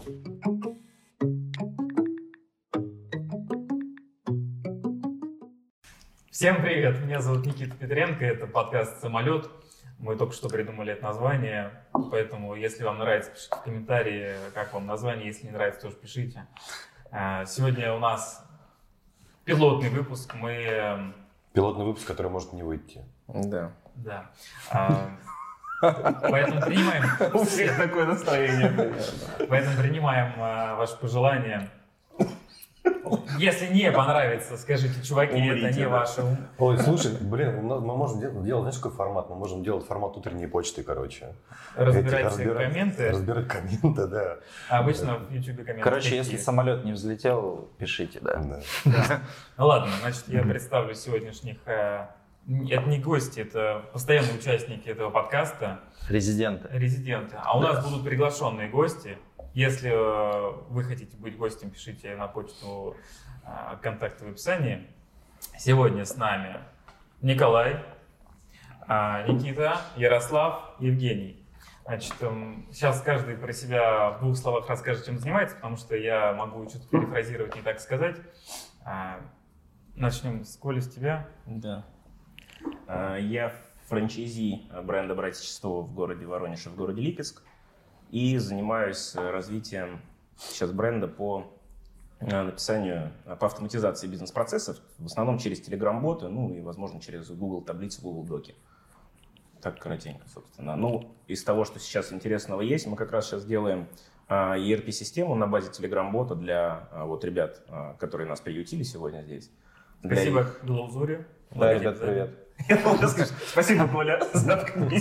Всем привет, меня зовут Никита Петренко, это подкаст «Самолет». Мы только что придумали это название, поэтому если вам нравится, пишите в комментарии, как вам название, если не нравится, тоже пишите. Сегодня у нас пилотный выпуск, Пилотный выпуск, который может не выйти. Да. Поэтому принимаем... У всех такое настроение. Поэтому принимаем ваши пожелания. Если не понравится, скажите, чуваки, Умрите, это не ваше. Ой, слушай, мы можем делать, знаешь, какой формат? Мы можем делать формат утренней почты, короче. Разбирать все комменты. Разбирать комменты, да. Обычно в YouTube комменты. Короче, если самолет не взлетел, пишите, да. Ну ладно, значит, я представлю сегодняшних... Это не гости, это постоянные участники этого подкаста. Резиденты. А у нас будут приглашенные гости. Если вы хотите быть гостем, пишите на почту, контакты в описании. Сегодня с нами Николай, Никита, Ярослав, Евгений. Значит, сейчас каждый про себя в двух словах расскажет, чем занимается, потому что я могу что-то перефразировать, не так сказать. Начнем с Коли, с тебя. Да. Я франчайзи бренда «Братья в городе Воронеж и в городе Липецк. И занимаюсь развитием сейчас бренда по написанию, по автоматизации бизнес-процессов, в основном через Telegram-боты, ну и, возможно, через Google таблицы, Google доки. Так коротенько, собственно. Ну, из того, что сейчас интересного есть, мы как раз сейчас делаем ERP-систему на базе Telegram-бота для вот ребят, которые нас приютили сегодня здесь. Спасибо Глаузуре. Да, ребят, привет. Спасибо, Коля, за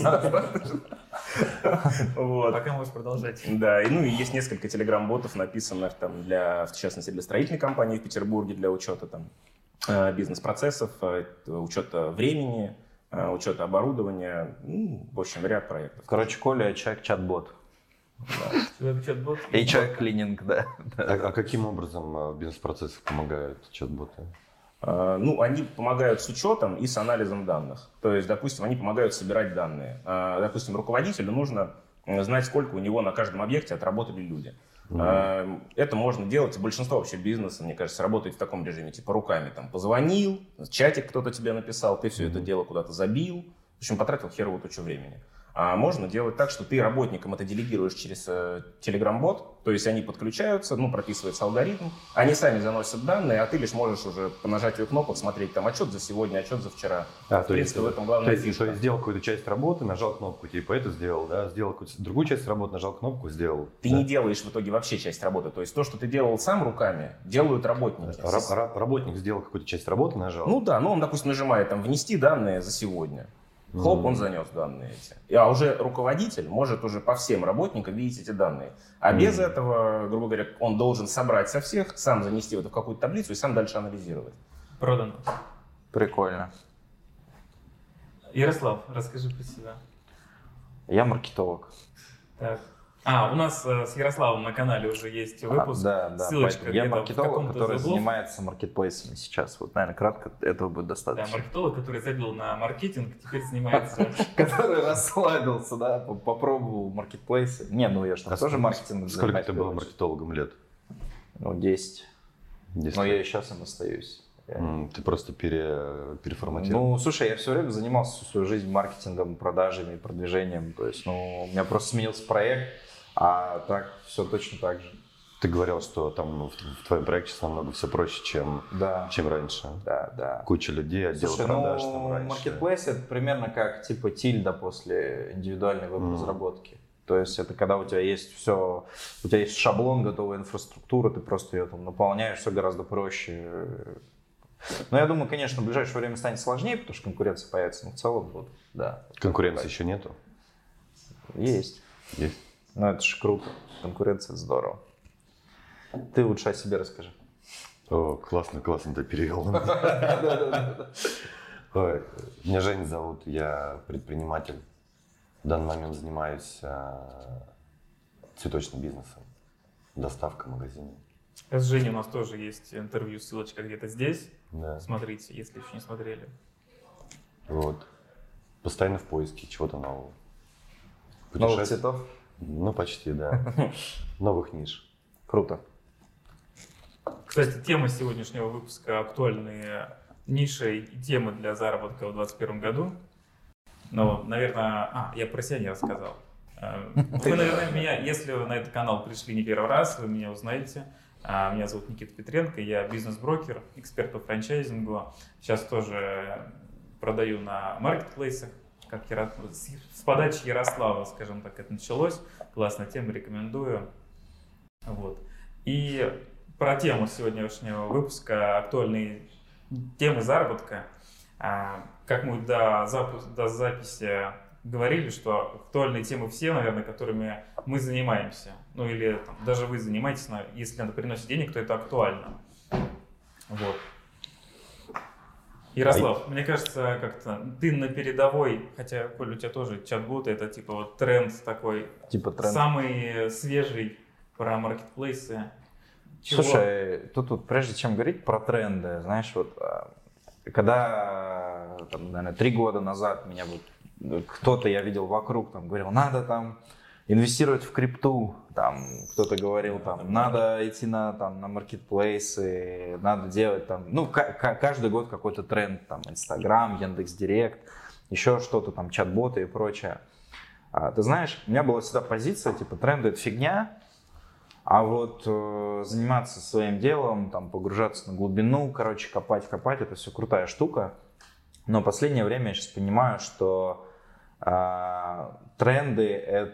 Пока можешь продолжать. Да, и есть несколько телеграм-ботов, написанных там в частности, для строительной компании в Петербурге, для учета там бизнес-процессов, учета времени, учета оборудования, в общем, ряд проектов. Короче, Коля — человек-чат-бот. Человек-чат-бот. И человек-клининг, да. А каким образом в бизнес-процессах помогают чат-боты? Они помогают с учетом и с анализом данных. То есть, допустим, они помогают собирать данные. Допустим, руководителю нужно знать, сколько у него на каждом объекте отработали люди. Это можно делать, и большинство вообще бизнеса, мне кажется, работает в таком режиме, типа руками. Там позвонил, чатик кто-то тебе написал, ты все это дело куда-то забил. В общем, потратил херовую тучу времени. А можно делать так, что ты работникам это делегируешь через Telegram-бот, то есть они подключаются, прописывается алгоритм, они сами заносят данные, а ты лишь можешь уже по нажатию кнопок смотреть там отчет за сегодня, отчет за вчера. В принципе, в этом главная фишка. То есть сделал какую-то часть работы, нажал кнопку, типа это сделал, да, сделал какую-то другую часть работы, нажал кнопку, сделал. Ты не делаешь в итоге вообще часть работы, то есть то, что ты делал сам руками, делают работники. Работник сделал какую-то часть работы, нажал. Он, допустим, нажимает там «внести данные за сегодня». Хлоп, он занес данные эти. А уже руководитель может уже по всем работникам видеть эти данные. А без этого, грубо говоря, он должен собрать со всех, сам занести это в какую-то таблицу и сам дальше анализировать. Продано. Прикольно. Ярослав, расскажи про себя. Я маркетолог. Так. У нас с Ярославом на канале уже есть выпуск. Да. Ссылочка я маркетолог, который заглов. занимается маркетплейсами сейчас. Вот, наверное, кратко этого будет достаточно. Да, маркетолог, который забил на маркетинг, теперь занимается... Который расслабился, да, попробовал маркетплейсы. Я же тоже маркетингом занимаюсь. Сколько ты был маркетологом лет? 10. Но я и сейчас им остаюсь. Ты просто переформатировал? Слушай, я все время занимался всю свою жизнь маркетингом, продажами, продвижением. То есть, у меня просто сменился проект. А так все точно так же. Ты говорил, что там в твоем проекте намного все проще, чем раньше. Да. Куча людей, отдел продаж там раньше. Маркетплейс — это примерно как типа тильда после индивидуальной веб-разработки. То есть это когда у тебя есть все, у тебя есть шаблон, готовая инфраструктура, ты просто ее там наполняешь, все гораздо проще. Но я думаю, конечно, в ближайшее время станет сложнее, потому что конкуренция появится, но в целом, да. Конкуренции еще нету? Есть. Это же круто. Конкуренция — это здорово. Ты лучше о себе расскажи. О, классно ты перевел. Меня Женя зовут, я предприниматель. В данный момент занимаюсь цветочным бизнесом, доставка магазинов. С Женей у нас тоже есть интервью, ссылочка где-то здесь. Да. Смотрите, если еще не смотрели. Постоянно в поиске чего-то нового. Новых цветов? Почти, да. Новых ниш. Круто. Кстати, тема сегодняшнего выпуска — актуальные ниши и темы для заработка в 2021 году. Ну, наверное, я про себя не рассказал. Вы, наверное, меня, если вы на этот канал пришли не первый раз, вы меня узнаете. Меня зовут Никита Петренко, я бизнес-брокер, эксперт по франчайзингу. Сейчас тоже продаю на маркетплейсах. С подачи Ярослава, скажем так, это началось. Классная тема, рекомендую. Вот. И про тему сегодняшнего выпуска, актуальные темы заработка. Как мы до записи говорили, что актуальные темы все, наверное, которыми мы занимаемся. Ну или там, даже вы занимаетесь, если это приносит денег, то это актуально. Вот. Ярослав, мне кажется, как-то ты на передовой, хотя, Коль, у тебя тоже чат-боты, это типа вот тренд такой, самый свежий про маркетплейсы. Слушай, тут прежде чем говорить про тренды, знаешь, вот когда, там, наверное, 3 года назад меня вот кто-то, я видел вокруг, там, говорил, надо там инвестировать в крипту, там, кто-то говорил, там, надо идти на маркетплейсы, надо делать там, ну, каждый год какой-то тренд, там, Инстаграм, Яндекс.Директ, еще что-то там, чат-боты и прочее. Ты знаешь, у меня была всегда позиция, типа, тренды — это фигня, а вот заниматься своим делом, там, погружаться на глубину, короче, копать, это все крутая штука. Но в последнее время я сейчас понимаю, что тренды —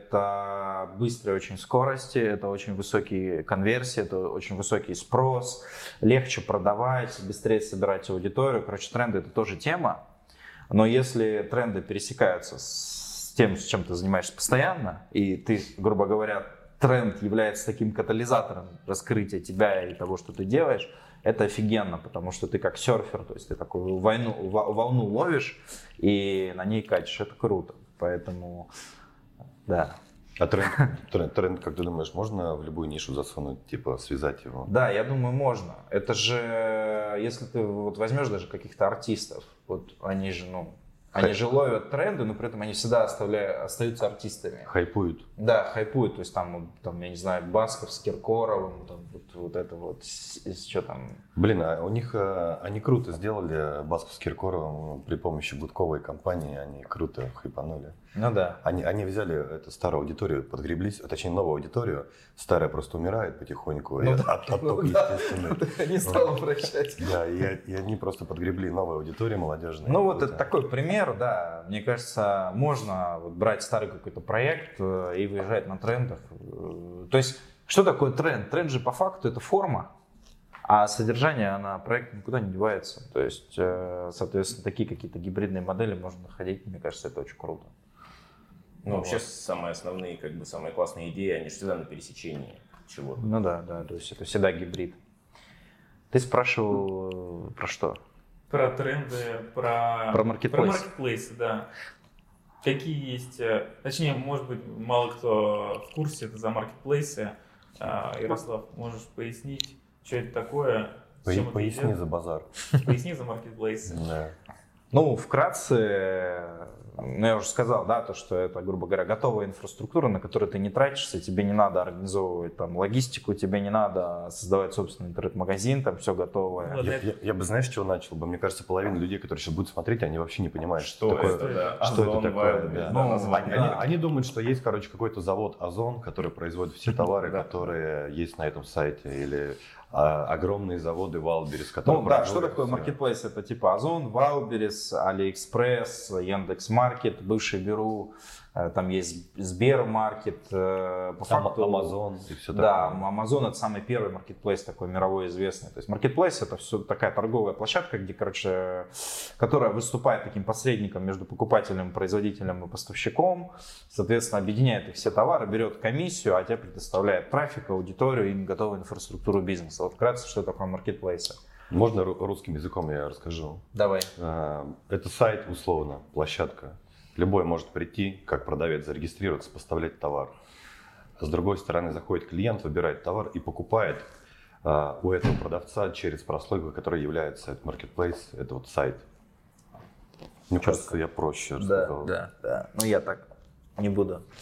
это быстрые очень скорости, это очень высокие конверсии, это очень высокий спрос, легче продавать, быстрее собирать аудиторию. Короче, тренды — это тоже тема. Но если тренды пересекаются с тем, с чем ты занимаешься постоянно, и ты, грубо говоря, тренд является таким катализатором раскрытия тебя и того, что ты делаешь, это офигенно, потому что ты как серфер, то есть ты такую волну ловишь и на ней катишь, это круто, поэтому да. А тренд, как ты думаешь, можно в любую нишу засунуть, типа связать его? Да, я думаю, можно. Это же, если ты вот возьмешь даже каких-то артистов, вот они же, они же ловят тренды, но при этом они всегда остаются артистами. Хайпуют. Да, хайпуют. То есть там, я не знаю, Басков с Киркоровым, там, вот это вот, что там. Блин, а у них, они круто сделали, Басков с Киркоровым, при помощи гудковой компании, они круто хайпанули. Ну да. Они взяли эту старую аудиторию, подгреблись, точнее новую аудиторию, старая просто умирает потихоньку, отток естественный. Не стал прощать. Да, и они просто подгребли новую аудиторию молодежную. Ну вот это такой пример, да. Мне кажется, можно вот брать старый какой-то проект и выезжать на трендах. То есть, что такое тренд? Тренд же по факту это форма, а содержание на проект никуда не девается. То есть, соответственно, такие какие-то гибридные модели можно находить. Мне кажется, это очень круто. Ну, вообще, самые основные, самые классные идеи, они же всегда на пересечении чего-то. Ну да, то есть это всегда гибрид. Ты спрашивал про что? Про тренды, про маркетплейсы, да. Какие есть, точнее, может быть, мало кто в курсе это за маркетплейсы. Ярослав, можешь пояснить, что это такое? Поясни за базар. Поясни за маркетплейсы. Да. Ну, вкратце, я уже сказал, да, то, что это, грубо говоря, готовая инфраструктура, на которую ты не тратишься, тебе не надо организовывать там логистику, тебе не надо создавать собственный интернет-магазин, там все готовое. Я бы, знаешь, с чего начал бы? Мне кажется, половина людей, которые сейчас будут смотреть, они вообще не понимают, что это такое. Они думают, что есть, какой-то завод Озон, который производит все товары, которые есть на этом сайте, или огромные заводы Вайлдберрис, которые что такое маркетплейс? Это типа Озон, Вайлдберрис, Алиэкспресс, Яндекс.Маркет, бывший Беру, там есть Сбермаркет, по факту Амазон и все такое. Да, Амазон — это самый первый маркетплейс такой мировой известный. То есть маркетплейс — это все такая торговая площадка, где, которая выступает таким посредником между покупателем, производителем и поставщиком, соответственно, объединяет их все товары, берет комиссию, а тебе предоставляет трафик, аудиторию и готовую инфраструктуру бизнеса. Вот вкратце, что такое маркетплейсы. Можно русским языком я расскажу? Давай. Это сайт, условно, площадка. Любой может прийти, как продавец, зарегистрироваться, поставлять товар. С другой стороны, заходит клиент, выбирает товар и покупает у этого продавца через прослойку, которая является marketplace, это вот сайт. Мне кажется, я проще рассказал. Да. Ну я так не буду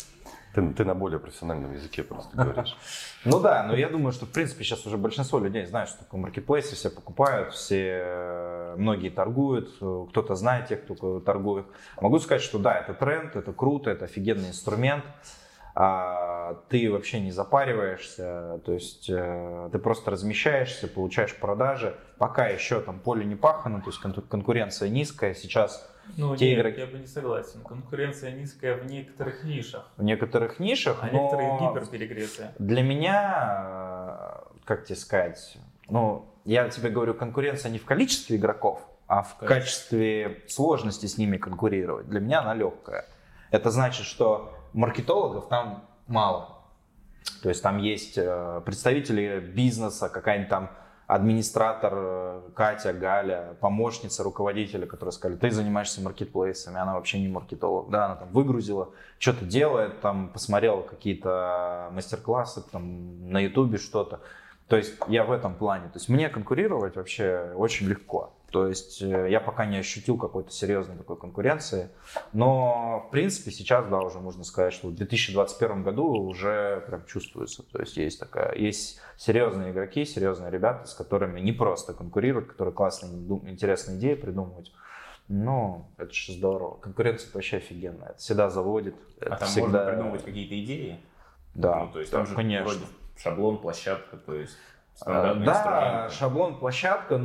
Ты на более профессиональном языке просто говоришь. Ну да, но я думаю, что в принципе сейчас уже большинство людей знают, что такое маркетплейсы, все покупают, многие торгуют, кто-то знает тех, кто торгует. Могу сказать, что да, это тренд, это круто, это офигенный инструмент. Ты вообще не запариваешься, то есть ты просто размещаешься, получаешь продажи. Пока еще там поле не пахано, то есть конкуренция низкая. Сейчас я бы не согласен. Конкуренция низкая в некоторых нишах. В некоторых нишах, а некоторые гиперперегретые. Для меня, как тебе сказать, я тебе говорю, конкуренция не в количестве игроков, а в качестве сложности с ними конкурировать. Для меня она легкая. Это значит, что маркетологов там мало. То есть там есть представители бизнеса, какая-нибудь там администратор Катя, Галя, помощница руководителя, которые сказали, ты занимаешься маркетплейсами, она вообще не маркетолог. Да, она там выгрузила, что-то делает, там посмотрела какие-то мастер-классы там, на ютубе что-то. То есть я в этом плане. То есть мне конкурировать вообще очень легко. То есть я пока не ощутил какой-то серьезной такой конкуренции. Но в принципе сейчас, да, уже можно сказать, что в 2021 году уже прям чувствуется. То есть есть серьезные игроки, серьезные ребята, с которыми не просто конкурировать, которые классные, интересные идеи придумывают. Но это же здорово. Конкуренция вообще офигенная. Это всегда заводит. А там всегда... можно придумывать какие-то идеи? Да, то есть там же конечно. Вроде шаблон, площадка, то есть стандартные инструменты. Шаблон, площадка,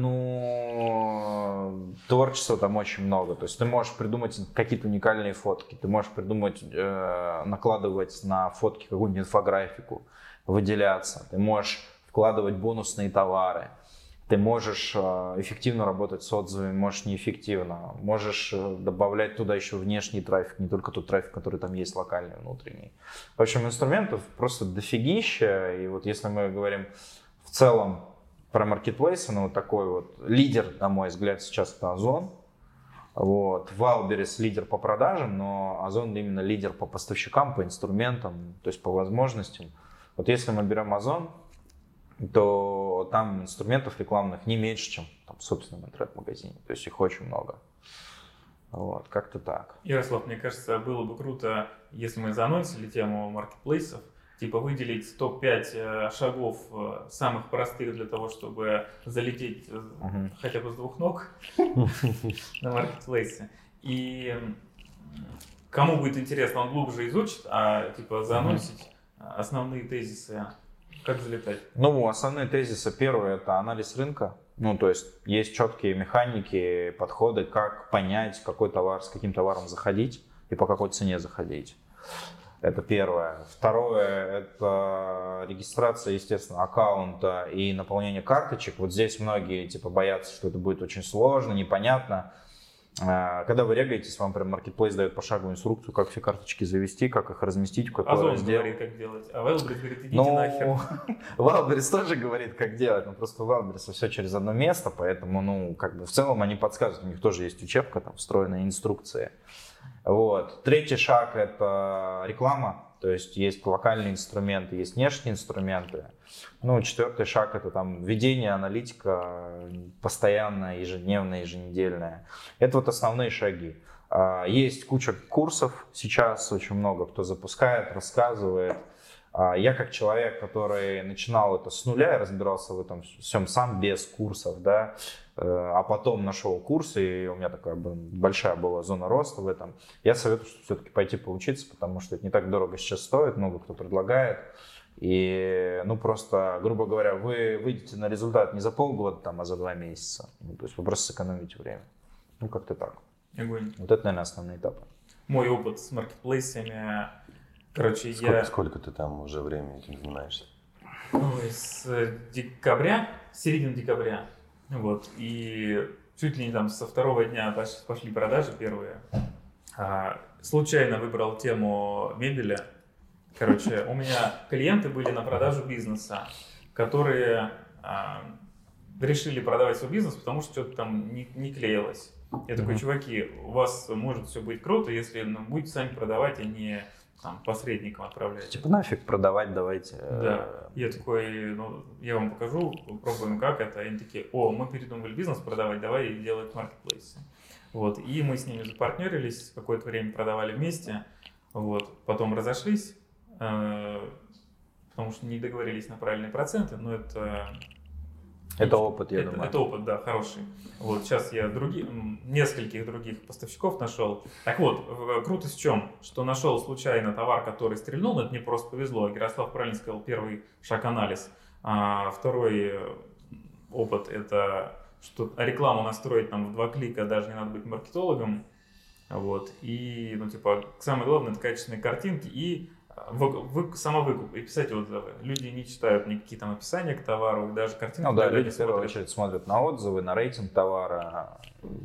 творчества там очень много. То есть ты можешь придумать какие-то уникальные фотки, ты можешь придумать, накладывать на фотки какую-нибудь инфографику, выделяться, ты можешь вкладывать бонусные товары. Ты можешь эффективно работать с отзывами, можешь неэффективно. Можешь добавлять туда еще внешний трафик, не только тот трафик, который там есть, локальный, внутренний. В общем, инструментов просто дофигища. И вот если мы говорим в целом про маркетплейсы, такой вот лидер, на мой взгляд, сейчас это Озон. Wildberries лидер по продажам, но Озон именно лидер по поставщикам, по инструментам, то есть по возможностям. Вот если мы берем Озон, то там инструментов рекламных не меньше, чем там, в собственном интернет-магазине. То есть их очень много. Как-то так. Ярослав, мне кажется, было бы круто, если мы заанонсили тему маркетплейсов, типа выделить топ-5 шагов самых простых для того, чтобы залететь хотя бы с 2 ног на маркетплейсе. И кому будет интересно, он глубже изучит, заанонсить основные тезисы. Как залетать? Основные тезисы. Первое – это анализ рынка. То есть есть четкие механики, подходы, как понять, какой товар, с каким товаром заходить и по какой цене заходить. Это первое. Второе – это регистрация, естественно, аккаунта и наполнение карточек. Вот здесь многие боятся, что это будет очень сложно, непонятно. Когда вы регаетесь, вам прям маркетплейс дает пошаговую инструкцию, как все карточки завести, как их разместить, в какой Озон раздел. говорит, как делать, а Wildberries говорит, идите нахер. Wildberries тоже говорит, как делать, но просто у Wildberries все через одно место, поэтому, в целом они подсказывают, у них тоже есть учебка, там встроенные инструкции. Третий шаг – это реклама, то есть есть локальные инструменты, есть внешние инструменты. Четвертый шаг – это там ведение, аналитика, постоянная, ежедневная, еженедельная. Это основные шаги. Есть куча курсов сейчас, очень много кто запускает, рассказывает. Я как человек, который начинал это с нуля, я разбирался в этом всем сам, без курсов, да, а потом нашел курсы, и у меня такая большая была зона роста в этом. Я советую, что все-таки пойти поучиться, потому что это не так дорого сейчас стоит, много кто предлагает. И, просто, грубо говоря, вы выйдете на результат не за полгода, а за 2 месяца. То есть вы просто сэкономите время. Как-то так. Огонь. Это, наверное, основные этапы. Мой опыт с маркетплейсами. Сколько ты там уже времени этим занимаешься? С декабря, середины декабря. И чуть ли не там со 2-го дня пошли продажи первые. Случайно выбрал тему мебели. У меня клиенты были на продажу бизнеса, которые решили продавать свой бизнес, потому что что-то там не клеилось. Я такой, чуваки, у вас может все быть круто, если будете сами продавать, а не посредникам отправлять. Нафиг продавать, давайте. Да. Я такой, я вам покажу, попробуем как это. И они такие, мы передумали бизнес продавать, давай делать маркетплейсы. И мы с ними запартнерились, какое-то время продавали вместе. Потом разошлись, потому что не договорились на правильные проценты, но Это опыт, я думаю. Это опыт, да, хороший. Вот сейчас я нескольких других поставщиков нашел. Так вот, крутость в чем? Что нашел случайно товар, который стрельнул, но это мне просто повезло. Ярослав правильно сказал, первый шаг анализ. А второй опыт это, что рекламу настроить там в 2 клика, даже не надо быть маркетологом. Вот. И, самое главное, это качественные картинки и самовыкуп, и писать отзывы. Люди не читают никакие там описания к товару, и даже картинки. Ну да, люди в первую очередь смотрят на отзывы, на рейтинг товара.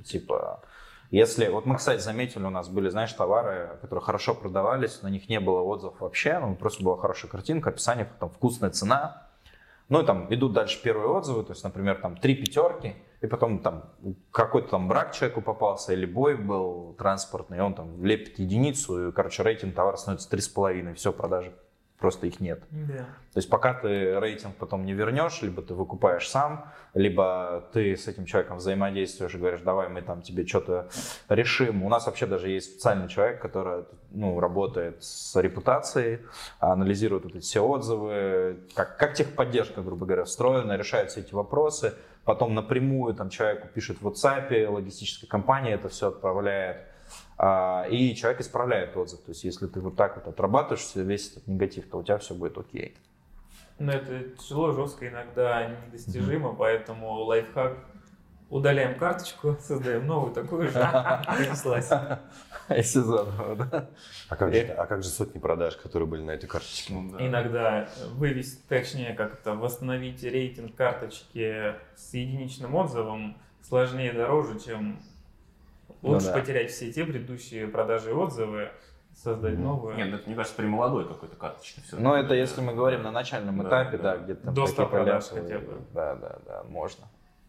Если, вот мы, кстати, заметили, у нас были, знаешь, товары, которые хорошо продавались, на них не было отзывов вообще, просто была хорошая картинка, описание, там вкусная цена. Ну и там идут дальше первые отзывы, то есть, например, там 3 5, и потом там какой-то там брак человеку попался, или бой был транспортный, и он там лепит единицу, и, рейтинг товара становится 3,5, все, продажи просто их нет. Да. То есть пока ты рейтинг потом не вернешь, либо ты выкупаешь сам, либо ты с этим человеком взаимодействуешь и говоришь, давай мы там тебе что-то решим. У нас вообще даже есть специальный человек, который работает с репутацией, анализирует вот эти все отзывы, как техподдержка, грубо говоря, встроена, решает все эти вопросы. Потом напрямую там человеку пишет в WhatsApp, логистическая компания это все отправляет. И человек исправляет отзыв. То есть, если ты вот так вот отрабатываешь весь этот негатив, то у тебя все будет окей. Но это тяжело, жестко, иногда недостижимо, поэтому лайфхак. Удаляем карточку, создаем новую такую же, понеслась. Если заново, да? А как же сотни продаж, которые были на этой карточке? Иногда вывести, точнее, как-то восстановить рейтинг карточки с единичным отзывом сложнее, дороже, чем лучше потерять все те предыдущие продажи и отзывы, создать новую. Нет, это, мне кажется, при молодой какой-то карточке. Ну, это если мы говорим на начальном этапе, да, где-то там до 100 продаж хотя бы. Да, можно.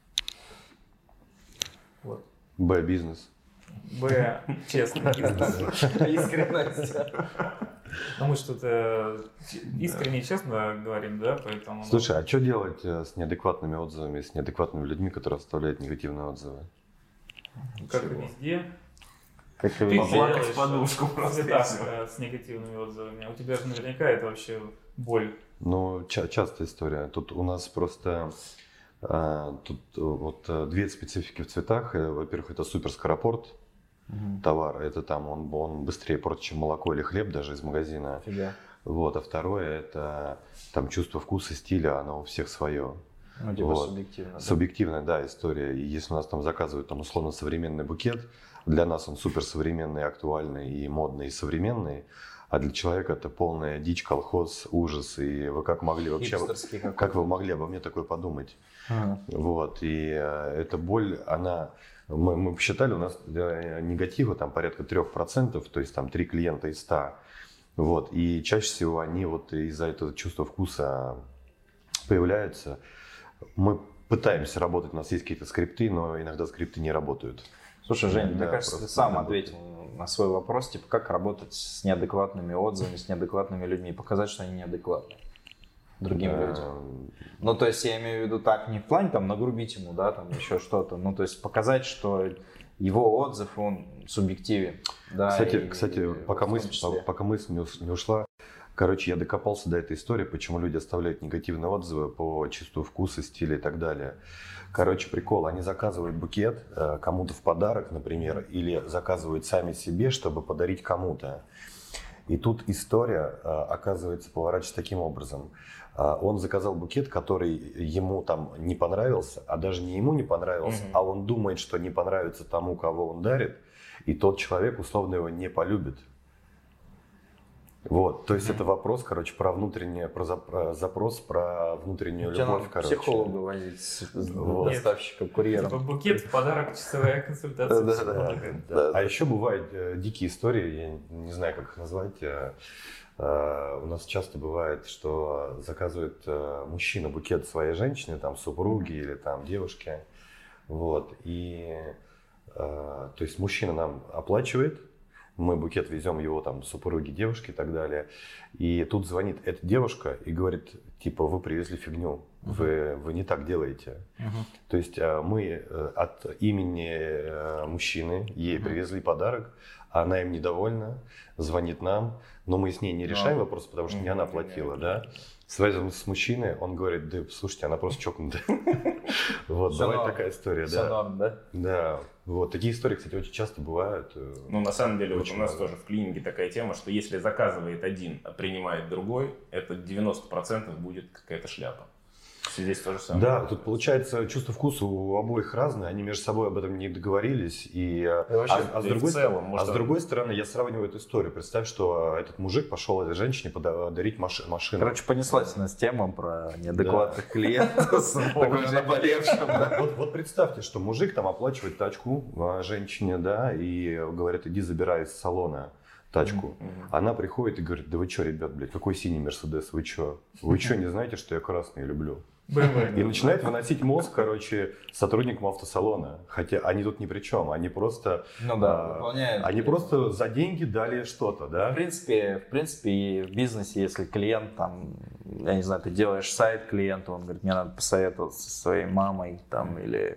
Вот. Б. Бизнес. Б. Честно. Искренность. Ну, мы что-то искренне и честно говорим, да, поэтому... Слушай, а что делать с неадекватными отзывами, с неадекватными людьми, которые оставляют негативные отзывы? Как и везде. Как и Ты везде. делаешь подушку просто. с негативными отзывами. А у тебя же наверняка это вообще боль. Ну, частая история. Тут у нас просто две специфики в цветах. Во-первых, это суперскоропорт товар. Это там он быстрее портит, чем молоко или хлеб даже из магазина. Офига. Вот. А второе, это там чувство вкуса, стиля, оно у всех свое. Ну, типа субъективно. Да? Субъективная, да, история. И если у нас там заказывают там условно современный букет, для нас он суперсовременный, актуальный и модный, и современный. А для человека это полная дичь, колхоз, ужас. И вы как могли вообще, как вы могли обо мне такое подумать? Вот. И эта боль, мы посчитали, у нас негатива там порядка 3%, то есть там 3 клиента из 100. Вот. И чаще всего они вот из-за этого чувства вкуса появляются. Мы пытаемся работать, у нас есть какие-то скрипты, но иногда скрипты не работают. Слушай, Жень, мне кажется, ты сам ответил на свой вопрос, типа, как работать с неадекватными отзывами, с неадекватными людьми, показать, что они неадекватны другим людям. Ну, то есть, я имею в виду так, не в плане там нагрубить ему, да, там еще что-то, ну, то есть, показать, что его отзыв, он субъективен. Да, кстати, пока мысль не ушла, короче, я докопался до этой истории, почему люди оставляют негативные отзывы по чувству вкуса, стиля и так далее. Короче, прикол, они заказывают букет кому-то в подарок, например, или заказывают сами себе, чтобы подарить кому-то. И тут история, оказывается, поворачивается таким образом. Он заказал букет, который ему там не понравился, а даже не ему не понравился, а он думает, что не понравится тому, кого он дарит, и тот человек условно его не полюбит. Вот, то есть это вопрос, короче, про запрос про внутреннюю любовь, короче. Психолога возить с доставщиком, курьером. Типа букет в подарок, часовая консультация. Да. А еще бывают дикие истории, я не знаю, как их назвать. У нас часто бывает, что заказывает мужчина букет своей женщине, там супруги или там девушке. Вот, и то есть мужчина нам оплачивает. Мы букет везем его там супруге, девушке и так далее. И тут звонит эта девушка и говорит, типа, вы привезли фигню, вы не так делаете. То есть мы от имени мужчины ей привезли подарок, она им недовольна, звонит нам, но мы с ней не решаем вопрос, потому что не она платила, да. Связан с мужчиной, он говорит, да, слушайте, она просто чокнутая. Вот, давай такая история, Все да. норм, да? Да, вот, такие истории, кстати, очень часто бывают. Ну, на самом деле, вот Очень у нас много. тоже в клинике такая тема, что если заказывает один, а принимает другой, это 90% будет какая-то шляпа. Здесь то же самое. Да, тут получается чувство вкуса у обоих разное, они между собой об этом не договорились. вообще, С да и другой, в целом, может, с другой стороны, я сравниваю эту историю. Представь, что этот мужик пошел этой женщине дарить машину. Короче, понеслась у нас тема про неадекватных клиентов с уже наболевшим. Вот представьте, что мужик там оплачивает тачку женщине, да, и говорит, иди забирай из салона тачку. Она приходит и говорит, да вы что, ребят, блядь, какой синий Мерседес, вы что? Вы что, не знаете, что я красный люблю? И начинает выносить мозг, короче, сотрудникам автосалона. Хотя они тут ни при чем, они просто, выполняют. они просто за деньги дали что-то, да? В принципе, и в бизнесе, если клиент там, я не знаю, ты делаешь сайт клиенту, он говорит, мне надо посоветоваться со своей мамой, там, или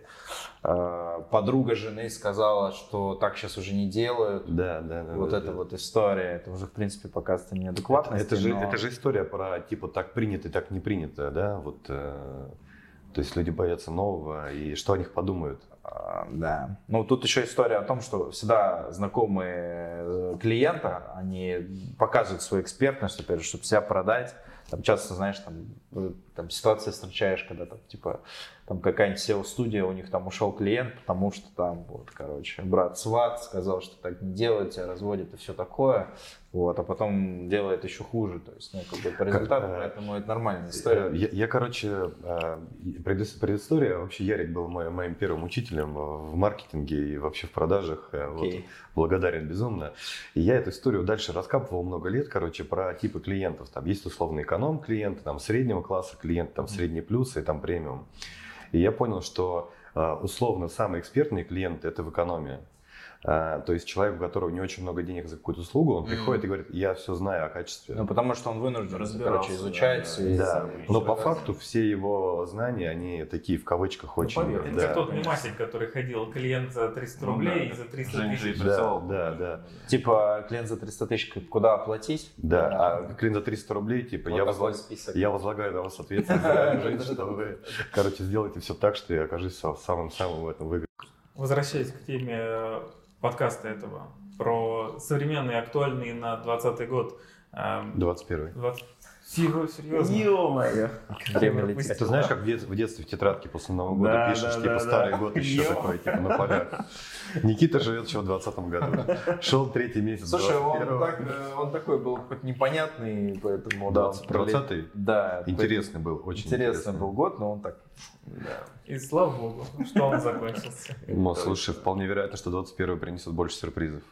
подруга жены сказала, что так сейчас уже не делают. Да. Вот эта вот история, это уже, в принципе, показывает неадекватность. Это же история про, типа, так принято и так не принято, да? Вот, то есть люди боятся нового, и что о них подумают. Да. Ну, тут еще история о том, что всегда знакомые клиента, они показывают свою экспертность, опять же, чтобы себя продать. Там часто, знаешь, там ситуации встречаешь, когда там, типа, там какая-нибудь SEO-студия, у них там ушел клиент, потому что там, вот, короче, брат сват сказал, что так не делают, тебя разводят и все такое, вот, а потом делает еще хуже, то есть, ну, как бы по результату, поэтому это нормальная история. Короче, предыстория, вообще Ярик был моим первым учителем в маркетинге и вообще в продажах, вот, благодарен безумно. И я эту историю дальше раскапывал много лет, короче, про типы клиентов, там есть условно эконом-клиенты, там среднего класса клиенты, там средний плюс и там премиум. И я понял, что условно самые экспертные клиенты – это в экономии. То есть человек, у которого не очень много денег за какую-то услугу, он приходит и говорит, я все знаю о качестве. Ну, потому что он вынужден, короче, изучать. Да. Но по факту все его знания, они такие в кавычках очень. Это как тот мемасик, который ходил, клиент за 300 рублей и за 300 тысяч. Да. Типа клиент за 300 тысяч куда оплатить? Да, а клиент за 300 рублей, типа, я возлагаю на вас ответственность, что вы, короче, сделайте все так, что я окажусь самым-самым в этом выигрыше. Возвращаясь к теме подкаста этого, про современные, актуальные на 20 год. 21-й. Серьезно? Ё-моё. Время летит. Это знаешь, как в детстве в тетрадке после Нового года пишешь, типа, старый год еще такой, типа, на полях. Никита живет еще в 2020 году. Шел третий месяц. Слушай, он такой был хоть непонятный, поэтому... 20-й? Да. Интересный был, очень интересный был год, но он так... И слава богу, что он закончился. Ну, слушай, вполне вероятно, что 21-й принесет больше сюрпризов.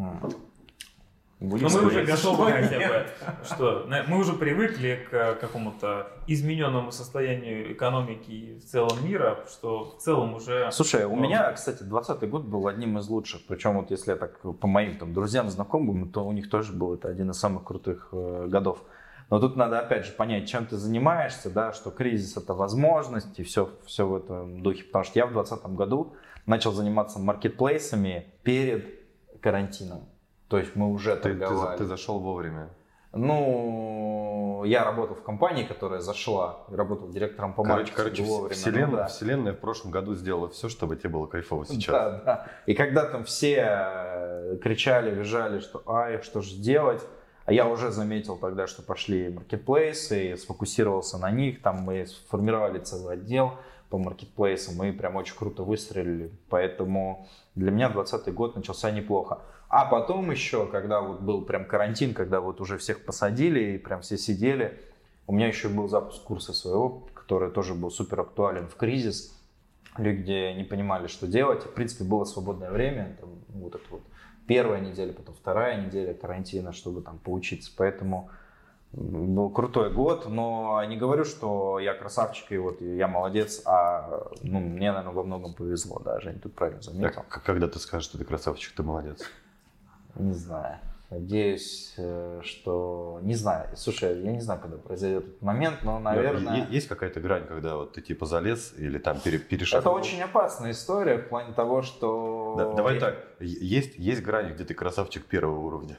Но мы уже готовы хотя бы, что мы уже привыкли к какому-то измененному состоянию экономики и в целом мира, что в целом уже... Слушай, у меня, кстати, 2020 год был одним из лучших. Причем вот если я так по моим там друзьям, знакомым, то у них тоже был это один из самых крутых годов. Но тут надо опять же понять, чем ты занимаешься, да, что кризис это возможность и все в этом духе. Потому что я в 2020 году начал заниматься маркетплейсами перед карантином. То есть мы уже торговали. Ты зашел вовремя. Ну, я работал в компании, которая зашла, работал директором по маркетингу. Короче, вовремя. Вселенная в прошлом году сделала все, чтобы тебе было кайфово сейчас. Да. И когда там все кричали, визжали, что ай, что же делать, а я уже заметил тогда, что пошли маркетплейсы, сфокусировался на них, там мы сформировали целый отдел по маркетплейсам, мы прям очень круто выстрелили, поэтому для меня 2020 год начался неплохо. А потом еще, когда вот был прям карантин, когда вот уже всех посадили и прям все сидели, у меня еще был запуск курса своего, который тоже был супер актуален в кризис. Люди не понимали, что делать. В принципе, было свободное время, там, вот это вот первая неделя, потом вторая неделя карантина, чтобы там поучиться. Поэтому был крутой год, но не говорю, что я красавчик и вот я молодец, а мне, наверное, во многом повезло, да, Жень, тут правильно заметил. Когда ты скажешь, что ты красавчик, ты молодец? Не знаю. Надеюсь, что... Не знаю. Слушай, я не знаю, когда произойдет этот момент, но, наверное... Есть какая-то грань, когда вот ты типа залез или там перешагнул? Это очень опасная история в плане того, что... Давай так, есть грань, где ты красавчик первого уровня.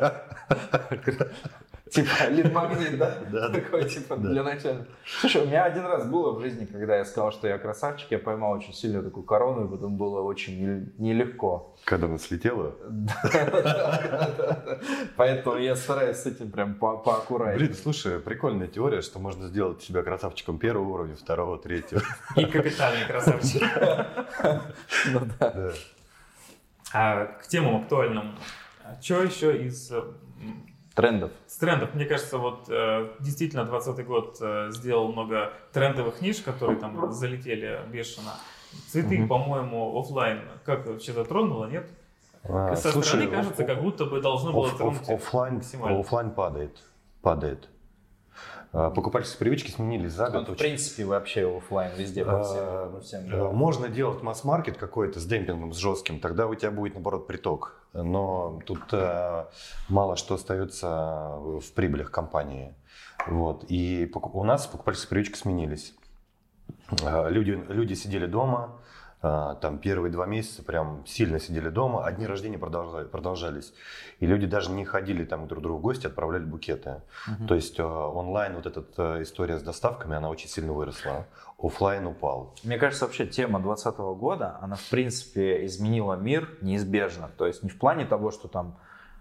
Типа лид-магнит, да? Такой, типа, для начала. Слушай, у меня один раз было в жизни, когда я сказал, что я красавчик, я поймал очень сильную такую корону, и потом было очень нелегко. Когда она слетела? Поэтому я стараюсь с этим прям поаккуратнее. Блин, слушай, прикольная теория, что можно сделать себя красавчиком первого уровня, второго, третьего. И капитальный красавчик. Ну да. А к темам актуальным. Что еще из Трендов. с трендов? Мне кажется, вот действительно 2020 год сделал много трендовых ниш, которые там залетели бешено. Цветы, по-моему, офлайн как вообще затронуло, нет? Со стороны кажется, как будто бы должно было тронуть максимально. Офлайн падает. Покупательские привычки сменились за год. В принципе, вообще офлайн везде по всем. Можно делать масс-маркет какой-то с демпингом, с жестким, тогда у тебя будет, наоборот, приток. Но тут мало что остается в прибылях компании. Вот. И у нас покупательские привычки сменились. Люди сидели дома, там первые 2 месяца прям сильно сидели дома, а дни рождения продолжались. И люди даже не ходили там друг к другу в гости, отправляли букеты. То есть онлайн вот эта история с доставками, она очень сильно выросла. Офлайн упал. Мне кажется, вообще тема 2020 года, она в принципе изменила мир неизбежно. То есть не в плане того, что там...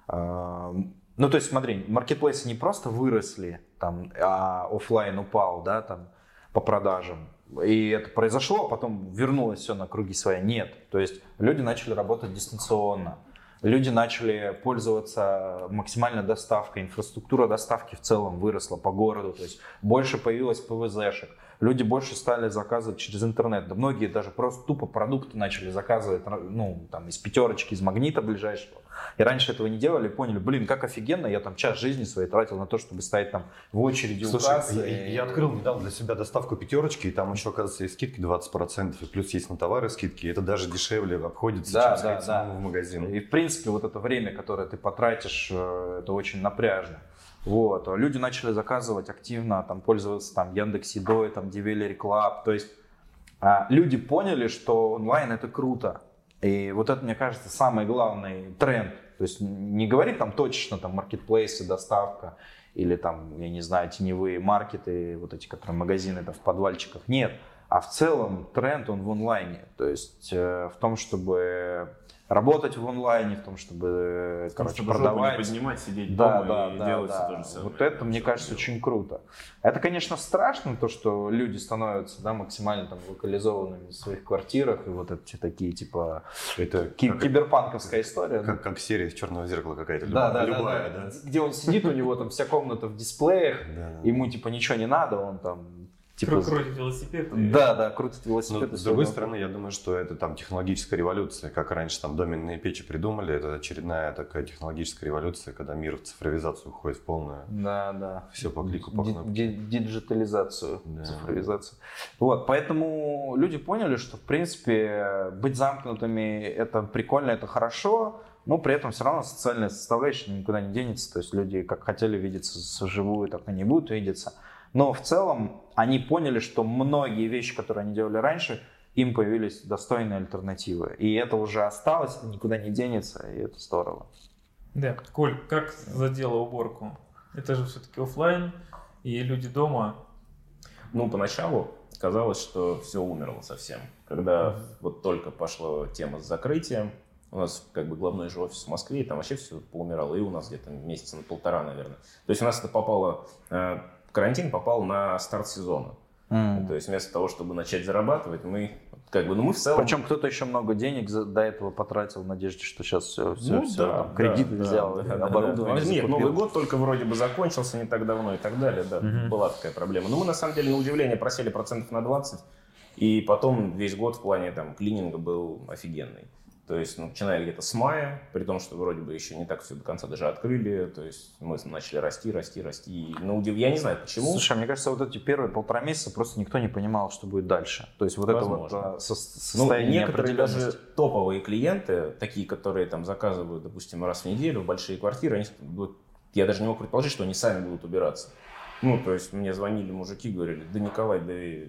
Ну то есть смотри, маркетплейсы не просто выросли, там, а офлайн упал, да, там, по продажам. И это произошло, а потом вернулось все на круги своя. Нет. То есть люди начали работать дистанционно. Люди начали пользоваться максимальной доставкой. Инфраструктура доставки в целом выросла по городу. То есть больше появилось ПВЗшек. Люди больше стали заказывать через интернет. Да многие даже просто тупо продукты начали заказывать, ну, там, из Пятерочки, из Магнита ближайшего. И раньше этого не делали, поняли, блин, как офигенно, я там час жизни своей тратил на то, чтобы стоять там в очереди у кассы. Я открыл недавно для себя доставку Пятерочки, и там еще, оказывается, есть скидки 20%, и плюс есть на товары скидки, и это даже дешевле обходится, чем сходить самому в магазин. И в принципе вот это время, которое ты потратишь, это очень напряжно. Вот. Люди начали заказывать активно, там, пользоваться там, Яндекс.Едой, там, Delivery Club. То есть люди поняли, что онлайн это круто. И вот это, мне кажется, самый главный тренд. То есть не говорить там точечно там маркетплейсы, доставка или там, я не знаю, теневые маркеты, вот эти, которые магазины там в подвальчиках. Нет. А в целом тренд он в онлайне. То есть в том, чтобы работать в онлайне, в том, чтобы, короче, продавать. Не поднимать, сидеть дома и делать все то же самое. Вот это, мне кажется, очень круто. Это, конечно, страшно, то, что люди становятся, да, максимально там локализованными в своих квартирах, и вот эти такие, типа, это киберпанковская история. Как серия из «Черного зеркала» какая-то. Да. Где он сидит, у него там вся комната в дисплеях, ему, типа, ничего не надо, он там... Типа, крутит велосипед. Да, крутит велосипед. Но, с другой стороны, я думаю, что это там технологическая революция. Как раньше там доменные печи придумали, это очередная такая технологическая революция, когда мир в цифровизацию уходит в полную. Да. Все по клику, по кнопке. Диджитализацию, цифровизацию. Вот, поэтому люди поняли, что, в принципе, быть замкнутыми это прикольно, это хорошо, но при этом все равно социальная составляющая никуда не денется. То есть люди как хотели видеться вживую, так и не будут видеться. Но в целом они поняли, что многие вещи, которые они делали раньше, им появились достойные альтернативы. И это уже осталось, это никуда не денется, и это здорово. Да, Коль, как задело уборку? Это же все-таки офлайн, и люди дома. Ну, поначалу казалось, что все умерло совсем. Когда вот только пошла тема с закрытием, у нас как бы главной же офис в Москве, и там вообще все поумирало, и у нас где-то месяца на 1,5, наверное. То есть у нас это попало... Карантин попал на старт сезона. То есть вместо того, чтобы начать зарабатывать, мы как бы, мы в целом... Причем кто-то еще много денег до этого потратил в надежде, что сейчас все кредит взял, оборудование Нет, Новый год только вроде бы закончился не так давно и так далее, да, была такая проблема. Но мы на самом деле на удивление просели процентов на 20, и потом весь год в плане там клининга был офигенный. То есть, начиная где-то с мая, при том, что вроде бы еще не так все до конца даже открыли, то есть мы начали расти. Я не знаю, почему. Слушай, мне кажется, вот эти первые 1,5 месяца просто никто не понимал, что будет дальше. То есть вот Возможно. это вот состояние некоторые даже неопределенности. топовые клиенты, такие, которые там заказывают, допустим, раз в неделю в большие квартиры, я даже не мог предположить, что они сами будут убираться. То есть мне звонили мужики, говорили: да, Николай,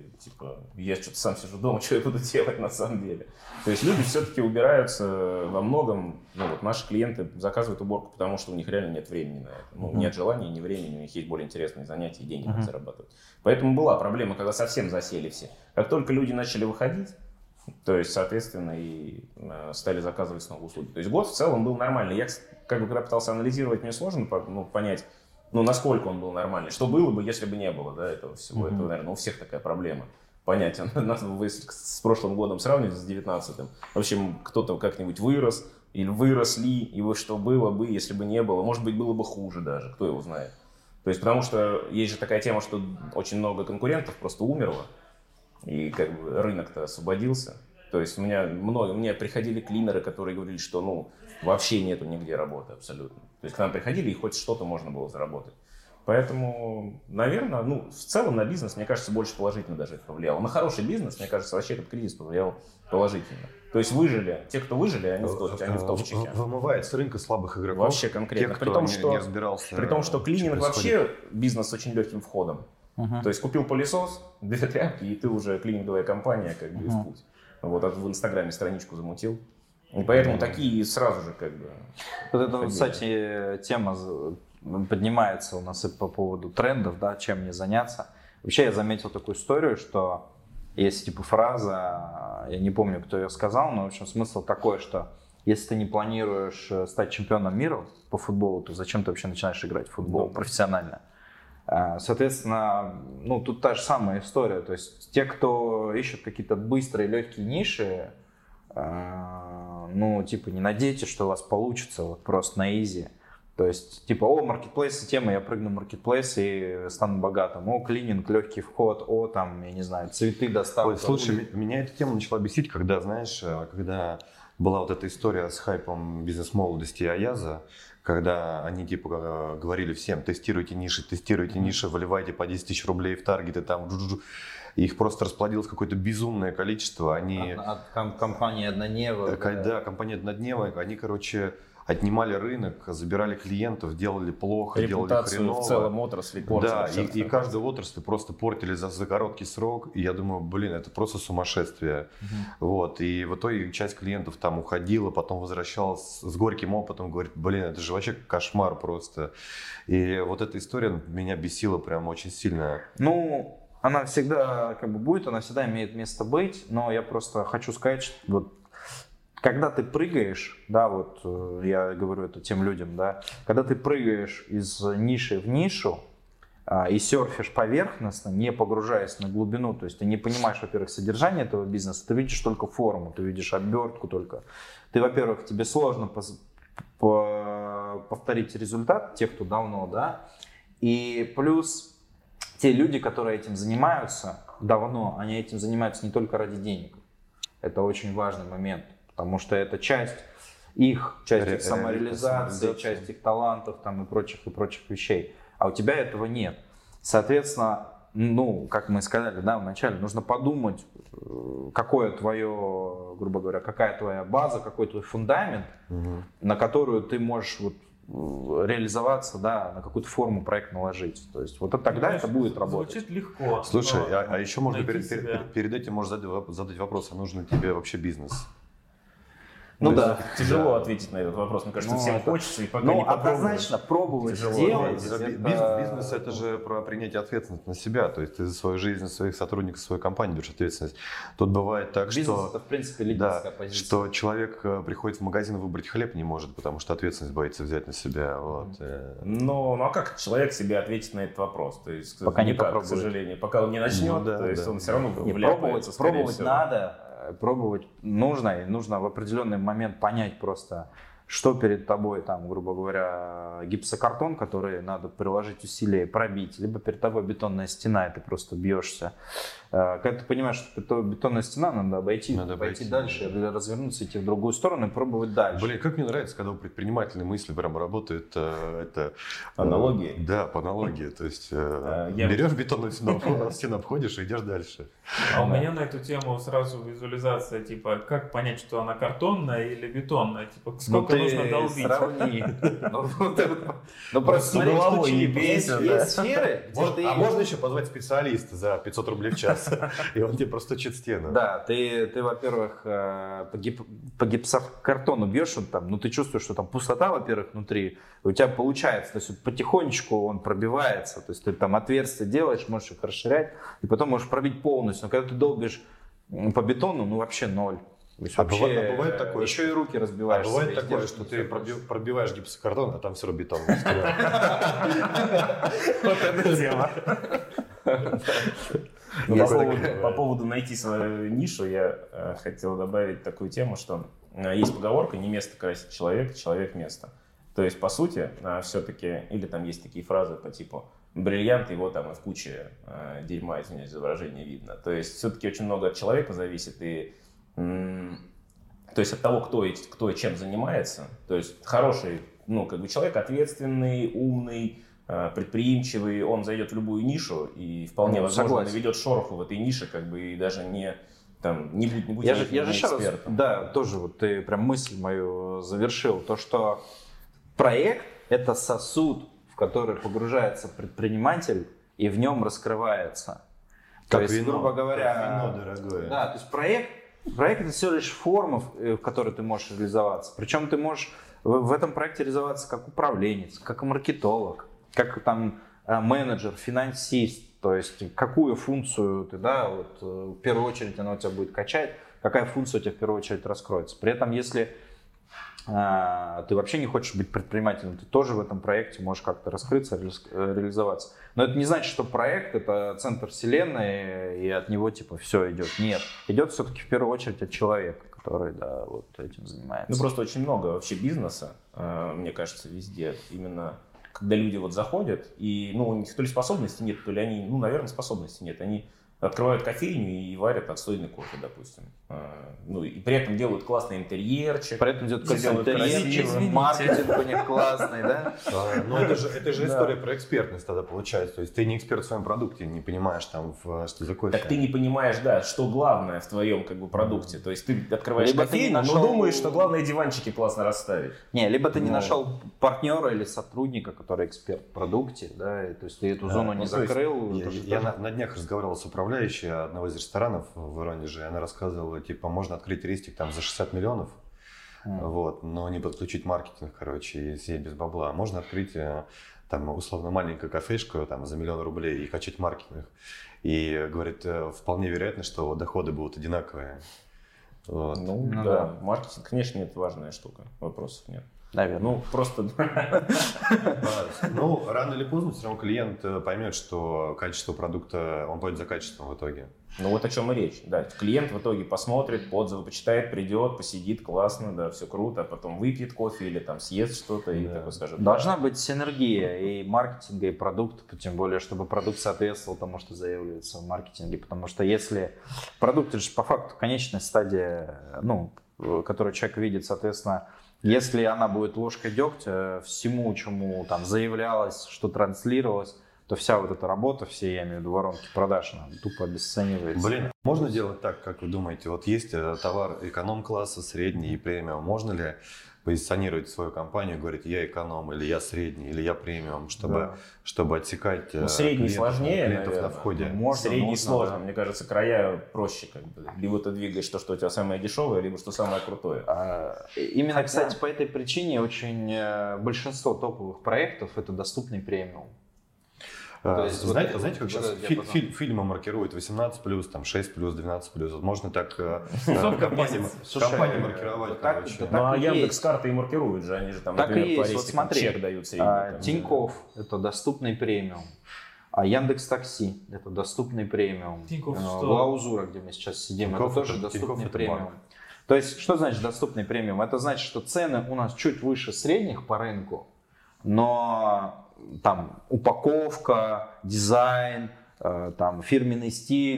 я что-то сам сижу дома, что я буду делать на самом деле. То есть люди все-таки убираются во многом. Наши клиенты заказывают уборку, потому что у них реально нет времени на это. Нет желания, ни времени, у них есть более интересные занятия, и деньги надо зарабатывать. Поэтому была проблема, когда совсем засели все. Как только люди начали выходить, то есть, соответственно, и стали заказывать снова услуги. То есть год в целом был нормальный. Я, когда пытался анализировать, мне сложно понять, насколько он был нормальный. Что было бы, если бы не было, этого всего. Это, наверное, у всех такая проблема. Понять, вы с прошлым годом сравниваете, с 19-м. В общем, кто-то как-нибудь вырос или выросли, и что было бы, если бы не было. Может быть, было бы хуже даже, кто его знает. То есть, потому что есть же такая тема, что очень много конкурентов просто умерло, и рынок-то освободился. То есть, мне приходили клинеры, которые говорили, что вообще нету нигде работы абсолютно. То есть к нам приходили, и хоть что-то можно было заработать. Поэтому, наверное, в целом на бизнес, мне кажется, больше положительно даже это повлияло. На хороший бизнес, мне кажется, вообще этот кризис повлиял положительно. То есть выжили, те, кто выжили, они в топчике. Вымывает с рынка слабых игроков. Вообще конкретно. Те, кто не разбирался. При том, что клининг вообще бизнес с очень легким входом. То есть купил пылесос, 2 тряпки, и ты уже клининговая компания, и в путь. В Инстаграме страничку замутил. И поэтому такие сразу же Вот это, кстати, тема поднимается у нас и по поводу трендов, да, чем мне заняться. Вообще я заметил такую историю, что есть фраза, я не помню, кто ее сказал, но в общем смысл такой, что если ты не планируешь стать чемпионом мира по футболу, то зачем ты вообще начинаешь играть в футбол профессионально? Соответственно, тут та же самая история. То есть те, кто ищет какие-то быстрые, легкие ниши, не надейтесь, что у вас получится просто на изи. То есть, маркетплейс тема, я прыгну в маркетплейс и стану богатым. Клининг, легкий вход, я не знаю, цветы доставка. Слушай, меня эта тема начала бесить, когда была вот эта история с хайпом бизнес-молодости и Аяза, когда они говорили всем: тестируйте ниши, выливайте по 10 тысяч рублей в таргеты, их просто расплодилось какое-то безумное количество. От компании «Однодневок». Да, компания «Однодневок», они, отнимали рынок, забирали клиентов, делали плохо, делали хреново. В целом отрасли портили. Да, и каждую отрасль просто портили за короткий срок. И я думаю, это просто сумасшествие. И в итоге часть клиентов там уходила, потом возвращалась с горьким опытом, говорит: это же вообще кошмар просто. И вот эта история меня бесила прям очень сильно. Она всегда будет, она всегда имеет место быть, но я просто хочу сказать, что когда ты прыгаешь, я говорю это тем людям, когда ты прыгаешь из ниши в нишу и серфишь поверхностно, не погружаясь на глубину, то есть ты не понимаешь, во-первых, содержание этого бизнеса, ты видишь только форму, ты видишь обертку только. Ты, во-первых, тебе сложно повторить результат, тех, кто давно, и плюс те люди, которые этим занимаются давно, они этим занимаются не только ради денег. Это очень важный момент. Потому что это часть их самореализации, часть их талантов и прочих вещей. А у тебя этого нет. Соответственно, как мы сказали вначале, нужно подумать, какое твое, грубо говоря, какая твоя база, какой твой фундамент, на которую ты можешь реализоваться, на какую-то форму проект наложить. То есть тогда это будет работать. Звучит легко. Слушай, а еще можно перед этим можно задать вопрос: а нужен тебе вообще бизнес? Тяжело ответить на этот вопрос. Мне кажется, всем хочется, и пока не попробуешь. Однозначно пробовать делать. Бизнес — это же про принятие ответственности на себя. То есть ты за свою жизнь, своих сотрудников, свою компанию берешь ответственность. Тут бывает так, бизнес — это, в принципе, лидерская позиция. Что человек приходит в магазин и выбрать хлеб не может, потому что ответственность боится взять на себя. А как человек себе ответит на этот вопрос? То есть, пока не попробует. К сожалению, пока он не начнет, то есть он все равно вляпается, пробовать надо. Пробовать нужно, и нужно в определенный момент понять просто, что перед тобой, грубо говоря, гипсокартон, который надо приложить усилия и пробить, либо перед тобой бетонная стена, и ты просто бьешься. когда ты понимаешь, что это бетонная стена, надо обойти дальше, развернуться, идти в другую сторону и пробовать дальше. Блин, как мне нравится, когда у предпринимательной мысли прям работают аналогии. Да, по аналогии. То есть берешь бетонную стену, обходишь и идешь дальше. А у меня на эту тему сразу визуализация, типа, как понять, что она картонная или бетонная? Типа, сколько нужно долбить? Сравни. Ну просто смотри, головой не есть сферы, А можно еще позвать специалиста за 500 рублей в час, и он тебе просто стучит в стену. Да, ты, во-первых, по гипсокартону бьешь, ну ты чувствуешь, что там пустота, во-первых, внутри, у тебя получается, то есть вот потихонечку он пробивается, то есть ты там отверстия делаешь, можешь их расширять, и потом можешь пробить полностью, но когда ты долбишь по бетону, ну вообще ноль. Бывает такое, еще и руки разбиваешь. Бывает такое, что ты пробиваешь гипсокартон, а там все равно бетон. Вот эта тема. По поводу найти свою нишу, я хотел добавить такую тему, что есть поговорка: не место красит человек, человек место. То есть, по сути, все-таки, или там есть такие фразы по типу бриллиант, его там и в куче дерьма, извиняюсь за выражение, видно. То есть, все-таки очень много от человека зависит, и то есть от того, кто и чем занимается. То есть хороший, человек ответственный, умный, предприимчивый, он зайдет в любую нишу и вполне возможно наведет шороху в этой нише, и даже не будет я же еще раз, экспертом. Да, тоже вот ты прям мысль мою завершил, то что проект — это сосуд, в который погружается предприниматель и в нем раскрывается. Как то есть, вино, грубо говоря, вино дорогое. Да, то есть проект это всего лишь форма, в которой ты можешь реализоваться. Причем ты можешь в этом проекте реализоваться как управленец, как маркетолог, как там менеджер, финансист. То есть какую функцию ты, в первую очередь она у тебя будет качать, какая функция у тебя в первую очередь раскроется. При этом, если ты вообще не хочешь быть предпринимателем, ты тоже в этом проекте можешь как-то раскрыться, реализоваться. Но это не значит, что проект — это центр вселенной, и от него все идет. Нет, идет все-таки в первую очередь от человека, который этим занимается. Просто очень много вообще бизнеса, мне кажется, везде. Именно когда люди заходят, и у них то ли способности нет, то ли они, наверное, способности нет. Они открывают кофейню и варят отстойный кофе, допустим. И при этом делают классный интерьерчик. При этом делают интерьерчик, маркетинг у них классный, да? Но это же история про экспертность тогда получается. То есть ты не эксперт в своем продукте, не понимаешь что за кофе. Так ты не понимаешь, что главное в твоем продукте. То есть ты открываешь либо кофейню, но думаешь, что главное диванчики классно расставить. Либо ты не нашел партнера или сотрудника, который эксперт в продукте, да, и, то есть ты эту зону не закрыл. Я на днях разговаривал с управляющей одного из ресторанов в Воронеже, она рассказывала, можно открыть рестик за 60 миллионов, но не подключить маркетинг, и сидеть без бабла. Можно открыть условно маленькую кафешку за 1 000 000 рублей и качать маркетинг. И говорит, вполне вероятно, что доходы будут одинаковые. Да, маркетинг, конечно, это важная штука, вопросов нет. Наверное. Просто... Рано или поздно все равно клиент поймет, что качество продукта, он пойдет за качеством в итоге. Вот о чем и речь. Да, клиент в итоге посмотрит, отзывы почитает, придет, посидит, классно, да, все круто, а потом выпьет кофе или съест что-то и такой скажет. Должна быть синергия и маркетинга, и продукта, тем более, чтобы продукт соответствовал тому, что заявляется в маркетинге. Потому что если продукт, это же по факту конечная стадия, которую человек видит, соответственно, если она будет ложкой дегтя всему, чему заявлялось, что транслировалось, то вся эта работа, все, я имею в виду воронки продаж, она тупо обесценивается. Можно делать так, как вы думаете? Есть товар эконом-класса, средний и премиум. Можно ли позиционировать свою компанию, говорить, я эконом, или я средний, или я премиум, чтобы отсекать средний сложнее, клиентов на входе? Средний сложно. Мне кажется, края проще. Либо ты двигаешь то, что у тебя самое дешевое, либо что самое крутое. Именно, кстати, по этой причине большинство топовых проектов — это доступный премиум. Знаете, как сейчас фильмы маркируют 18+, 6+, 12+. Можно так компании маркировать. А Яндекс.Карты и маркируют же, они же например, по рейсикам чек дают средний. Тинькофф — это доступный премиум. А Яндекс.Такси — это доступный премиум. Лаузура, где мы сейчас сидим, это тоже доступный премиум. То есть, что значит доступный премиум? Это значит, что цены у нас чуть выше средних по рынку, но упаковка, дизайн, фирменный стиль,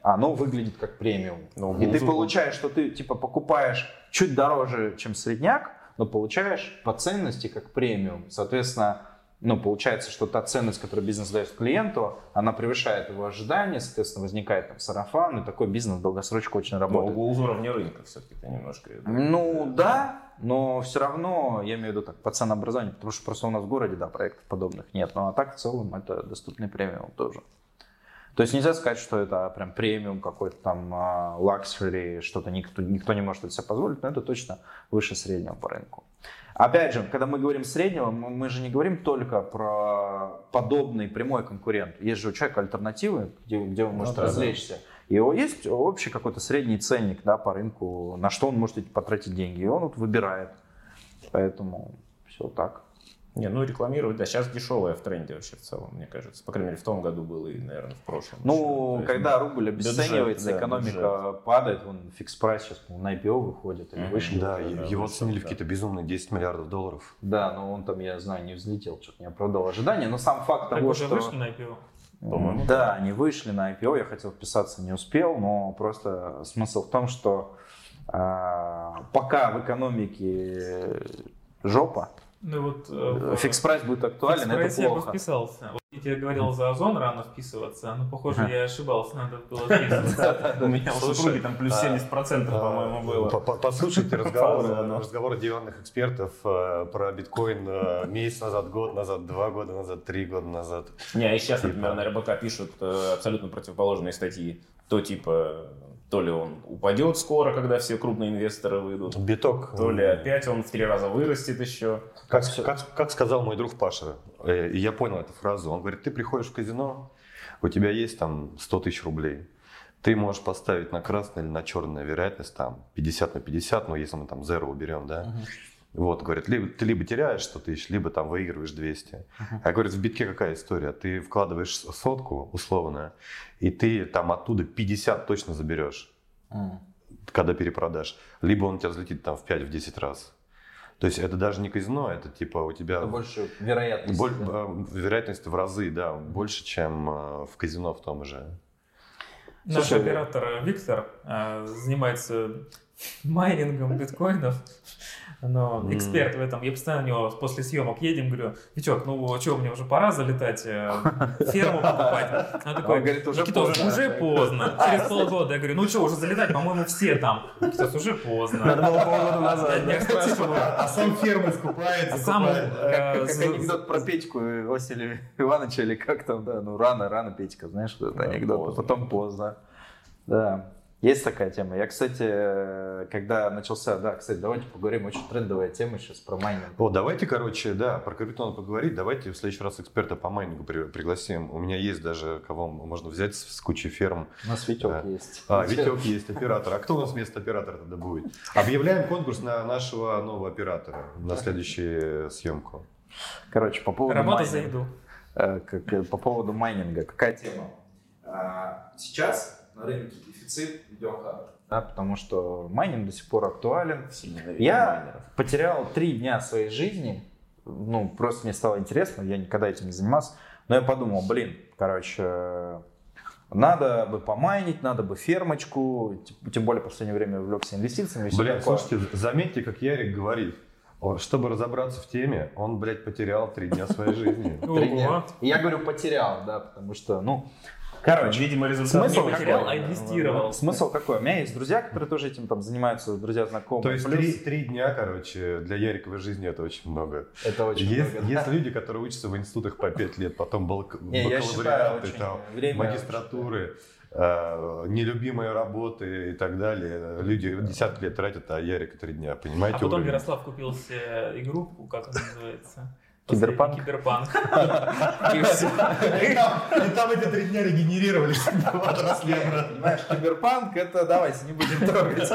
оно выглядит как премиум. Ну, И ты получаешь, что ты типа покупаешь чуть дороже, чем средняк, но получаешь по ценности как премиум. Соответственно, получается, что та ценность, которую бизнес дает клиенту, она превышает его ожидания, соответственно, возникает там сарафан, и такой бизнес в долгосрочку очень работает. Уровня рынка все-таки ты немножко... Да, но все равно, я имею в виду так, по ценообразованию, потому что просто у нас в городе, да, проектов подобных нет. Ну а так в целом это доступный премиум тоже. То есть нельзя сказать, что это прям премиум какой-то там лакшери, что-то никто не может это себе позволить, но это точно выше среднего по рынку. Опять же, когда мы говорим среднего, мы же не говорим только про подобный прямой конкурент. Есть же у человека альтернативы, где он может развлечься. И есть общий какой-то средний ценник, да, по рынку, на что он может потратить деньги. И он вот выбирает. Поэтому все так. Рекламировать, да, сейчас дешевое в тренде вообще в целом, мне кажется. По крайней мере, в том году было и, наверное, в прошлом. Когда рубль обесценивается, экономика падает, фикс-прайс сейчас на IPO выходит или вышел. Да, его оценили в какие-то безумные $10 миллиардов. Да, но он там, я знаю, не взлетел, что-то не оправдал ожидания. Но сам факт того, что... вышли на IPO? По-моему, да, они вышли на IPO, я хотел вписаться, не успел, но просто смысл в том, что пока в экономике жопа, фикс-прайс будет актуален, это плохо. Я бы вписался. Я тебе говорил за Озон рано вписываться, но, похоже, я ошибался, надо было вписываться. У меня у супруги там плюс 70%, по-моему, было. Послушайте разговоры диванных экспертов про биткоин месяц назад, год назад, 2 года назад, 3 года назад. Не, и сейчас, например, на РБК пишут абсолютно противоположные статьи. То ли он упадет скоро, когда все крупные инвесторы выйдут, биток, то ли опять он в 3 раза вырастет еще. Как сказал мой друг Паша, и я понял эту фразу, он говорит, ты приходишь в казино, у тебя есть там 100 тысяч рублей, ты можешь поставить на красное или на черное вероятность там 50 на 50, если мы там zero уберем, да. Вот, говорит, ты либо теряешь 100 тысяч, либо там выигрываешь 200. А говорит, в битке какая история? Ты вкладываешь 100 условно, и ты там оттуда 50 точно заберешь, когда перепродашь. Либо он у тебя взлетит там в 5-10 раз. То есть это даже не казино, это типа у тебя... Это больше вероятность. Вероятность в разы, да, больше, чем в казино в том же. Наш оператор Виктор занимается майнингом биткоинов. Но эксперт в этом. Я постоянно у него после съемок едем, говорю, Витек, что, мне уже пора залетать, ферму покупать? Он такой, Никита, уже поздно. Через полгода я говорю, уже залетать, по-моему, все там. Никита, уже поздно. Надо было полгода назад. А сам ферму скупается. Как анекдот про Петьку Василия Ивановича, или как там, да, рано Петька, знаешь, что это анекдот, потом поздно. Да. Есть такая тема. Я, кстати, когда начался, давайте поговорим, очень трендовая тема сейчас про майнинг. Давайте, про криптон поговорить, давайте в следующий раз эксперта по майнингу пригласим. У меня есть даже, кого можно взять с кучей ферм. У нас Витек есть. Витек есть, оператор. А кто у нас вместо оператора тогда будет? Объявляем конкурс на нашего нового оператора на следующую съемку. По поводу Работа за еду. По поводу майнинга. Какая тема? Сейчас на рынке дефицит видеокарт, потому что майнинг до сих пор актуален. Я потерял 3 дня своей жизни, просто мне стало интересно, я никогда этим не занимался, но я подумал, надо бы помайнить, надо бы фермочку, тем более в последнее время увлекся инвестициями. Слушайте, заметьте, как Ярик говорит. Чтобы разобраться в теме, он, потерял 3 дня своей жизни. 3 дня. Я говорю потерял, потому что, видимо, результат не потерял, а инвестировал. Смысл какой? У меня есть друзья, которые тоже этим занимаются, друзья, знакомые. То есть 3 дня, для Яриковой жизни это очень много. Это очень много. Есть люди, которые учатся в институтах по 5 лет, потом бакалавриаты, магистратуры, нелюбимые работы и так далее. Люди десятки лет тратят, а Ярик 3 дня, понимаете? А потом Ярослав купил себе игру, как она называется? Киберпанк. И там эти 3 дня регенерировались, отросли обратно. Понимаешь, киберпанк, это давайте не будем трогать.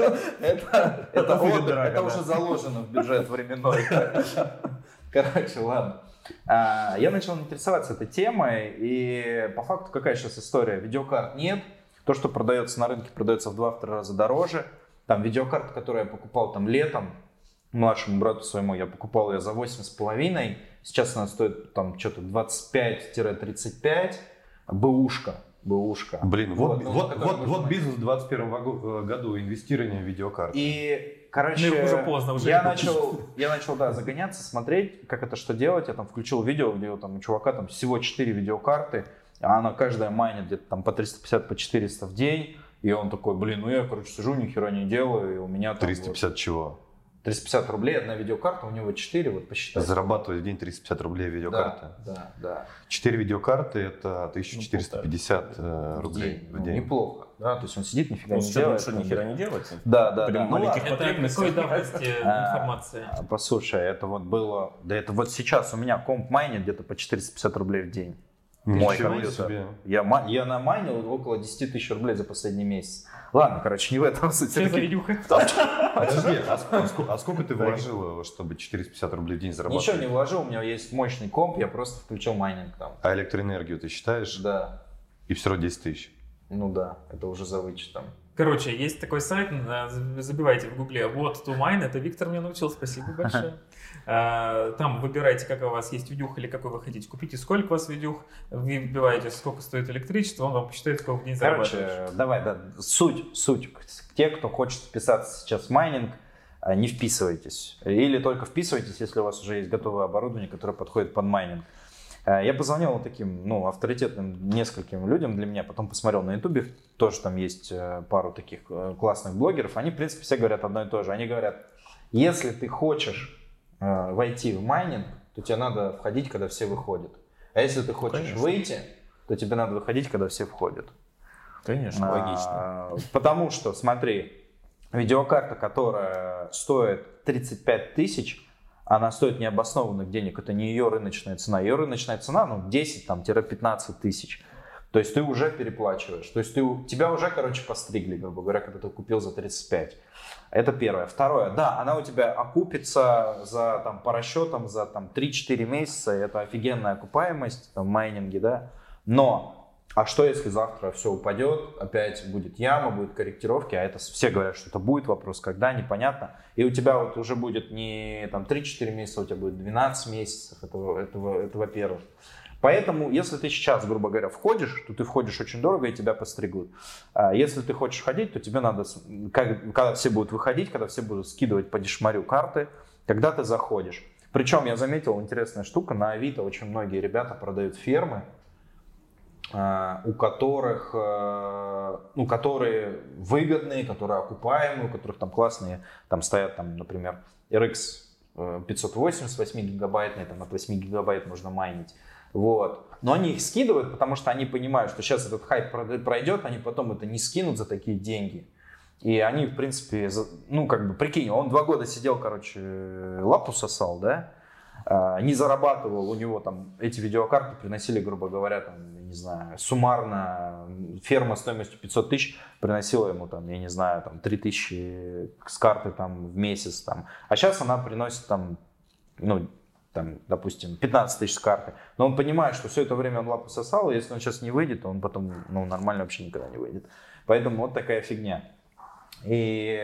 Это уже заложено в бюджет временной. Ладно. Я начал интересоваться этой темой, и по факту какая сейчас история? Видеокарт нет. То, что продается на рынке, продается в 2-3 раза дороже. Там видеокарта, которую я покупал летом, младшему брату своему я покупал ее за 8,5. Сейчас она стоит что-то 25-35. Бэушка. Блин, вот бизнес в 2021 году, инвестирование в видеокарты. И, короче, уже поздно, уже я начал, да, загоняться, смотреть, как это что делать. Я там включил видео, где там у чувака там всего 4 видеокарты, а она каждая майнит где-то там по 350, по 400 в день. И он такой, блин, я, сижу, ни хера не делаю, и у меня там... 350 чего? 350 рублей, одна видеокарта, у него 4, вот посчитай. Зарабатывать в день 350 рублей видеокарта? Да. 4 видеокарты это 1450 рублей в день. Неплохо, да, то есть он сидит, нифига не делает. Что ни хера не делать? Да. Маленьких Это какой давности информация? Послушай, это вот было, это вот сейчас у меня комп майнит где-то по 450 рублей в день. Мой компьютер. Себе. Я намайнил около 10 тысяч рублей за последний месяц. Ладно, не в этом суть. Что за видюха? Подожди, а сколько ты вложил, чтобы 450 рублей в день зарабатывать? Ничего не вложил, у меня есть мощный комп, я просто включил майнинг там. А электроэнергию ты считаешь? Да. И все равно 10 тысяч? Ну да, это уже за вычетом. Есть такой сайт, забивайте в гугле what to mine, это Виктор мне научил, спасибо большое. Там выбираете, какая у вас есть видюха или какой вы хотите купить, и сколько у вас видюх, вы вбиваете, сколько стоит электричество, он вам посчитает, сколько в день зарабатываешь. Давай, суть. Те, кто хочет вписаться сейчас в майнинг, не вписывайтесь. Или только вписывайтесь, если у вас уже есть готовое оборудование, которое подходит под майнинг. Я позвонил вот таким, авторитетным нескольким людям для меня, потом посмотрел на ютубе, тоже там есть пару таких классных блогеров, они, в принципе, все говорят одно и то же. Они говорят, если ты хочешь войти в майнинг, то тебе надо входить, когда все выходят. А если ты хочешь выйти, то тебе надо выходить, когда все входят. Конечно, логично. Потому что, смотри, видеокарта, которая стоит 35 тысяч, она стоит необоснованных денег, это не ее рыночная цена. Ее рыночная цена 10-15 тысяч. То есть ты уже переплачиваешь. То есть тебя уже, постригли, грубо говоря, когда ты купил за 35. Это первое. Второе, да, она у тебя окупится по расчетам за 3-4 месяца. Это офигенная окупаемость в майнинге, да. Но, а что если завтра все упадет, опять будет яма, будут корректировки, а это все говорят, что это будет, вопрос когда, непонятно. И у тебя вот уже будет не 3-4 месяца, у тебя будет 12 месяцев, это во-первых. Поэтому, если ты сейчас, грубо говоря, входишь, то ты входишь очень дорого и тебя постригут. Если ты хочешь ходить, то тебе надо, когда все будут выходить, когда все будут скидывать по дешмарю карты, когда ты заходишь. Причем я заметил, интересная штука, на Авито очень многие ребята продают фермы, у которых, которые выгодные, которые окупаемые, у которых там классные, там стоят, например, RX 580 8-гигабайтные, от 8 гигабайт можно майнить. Вот. Но они их скидывают, потому что они понимают, что сейчас этот хайп пройдет, они потом это не скинут за такие деньги. И они, в принципе, прикинь, он 2 года сидел, лапу сосал, да, не зарабатывал, у него эти видеокарты приносили, грубо говоря, суммарно ферма стоимостью 500 тысяч приносила ему, 3 тысячи с карты в месяц, а сейчас она приносит, допустим, 15 тысяч с карты. Но он понимает, что все это время он лапу сосал, и если он сейчас не выйдет, то он потом нормально вообще никогда не выйдет. Поэтому вот такая фигня. И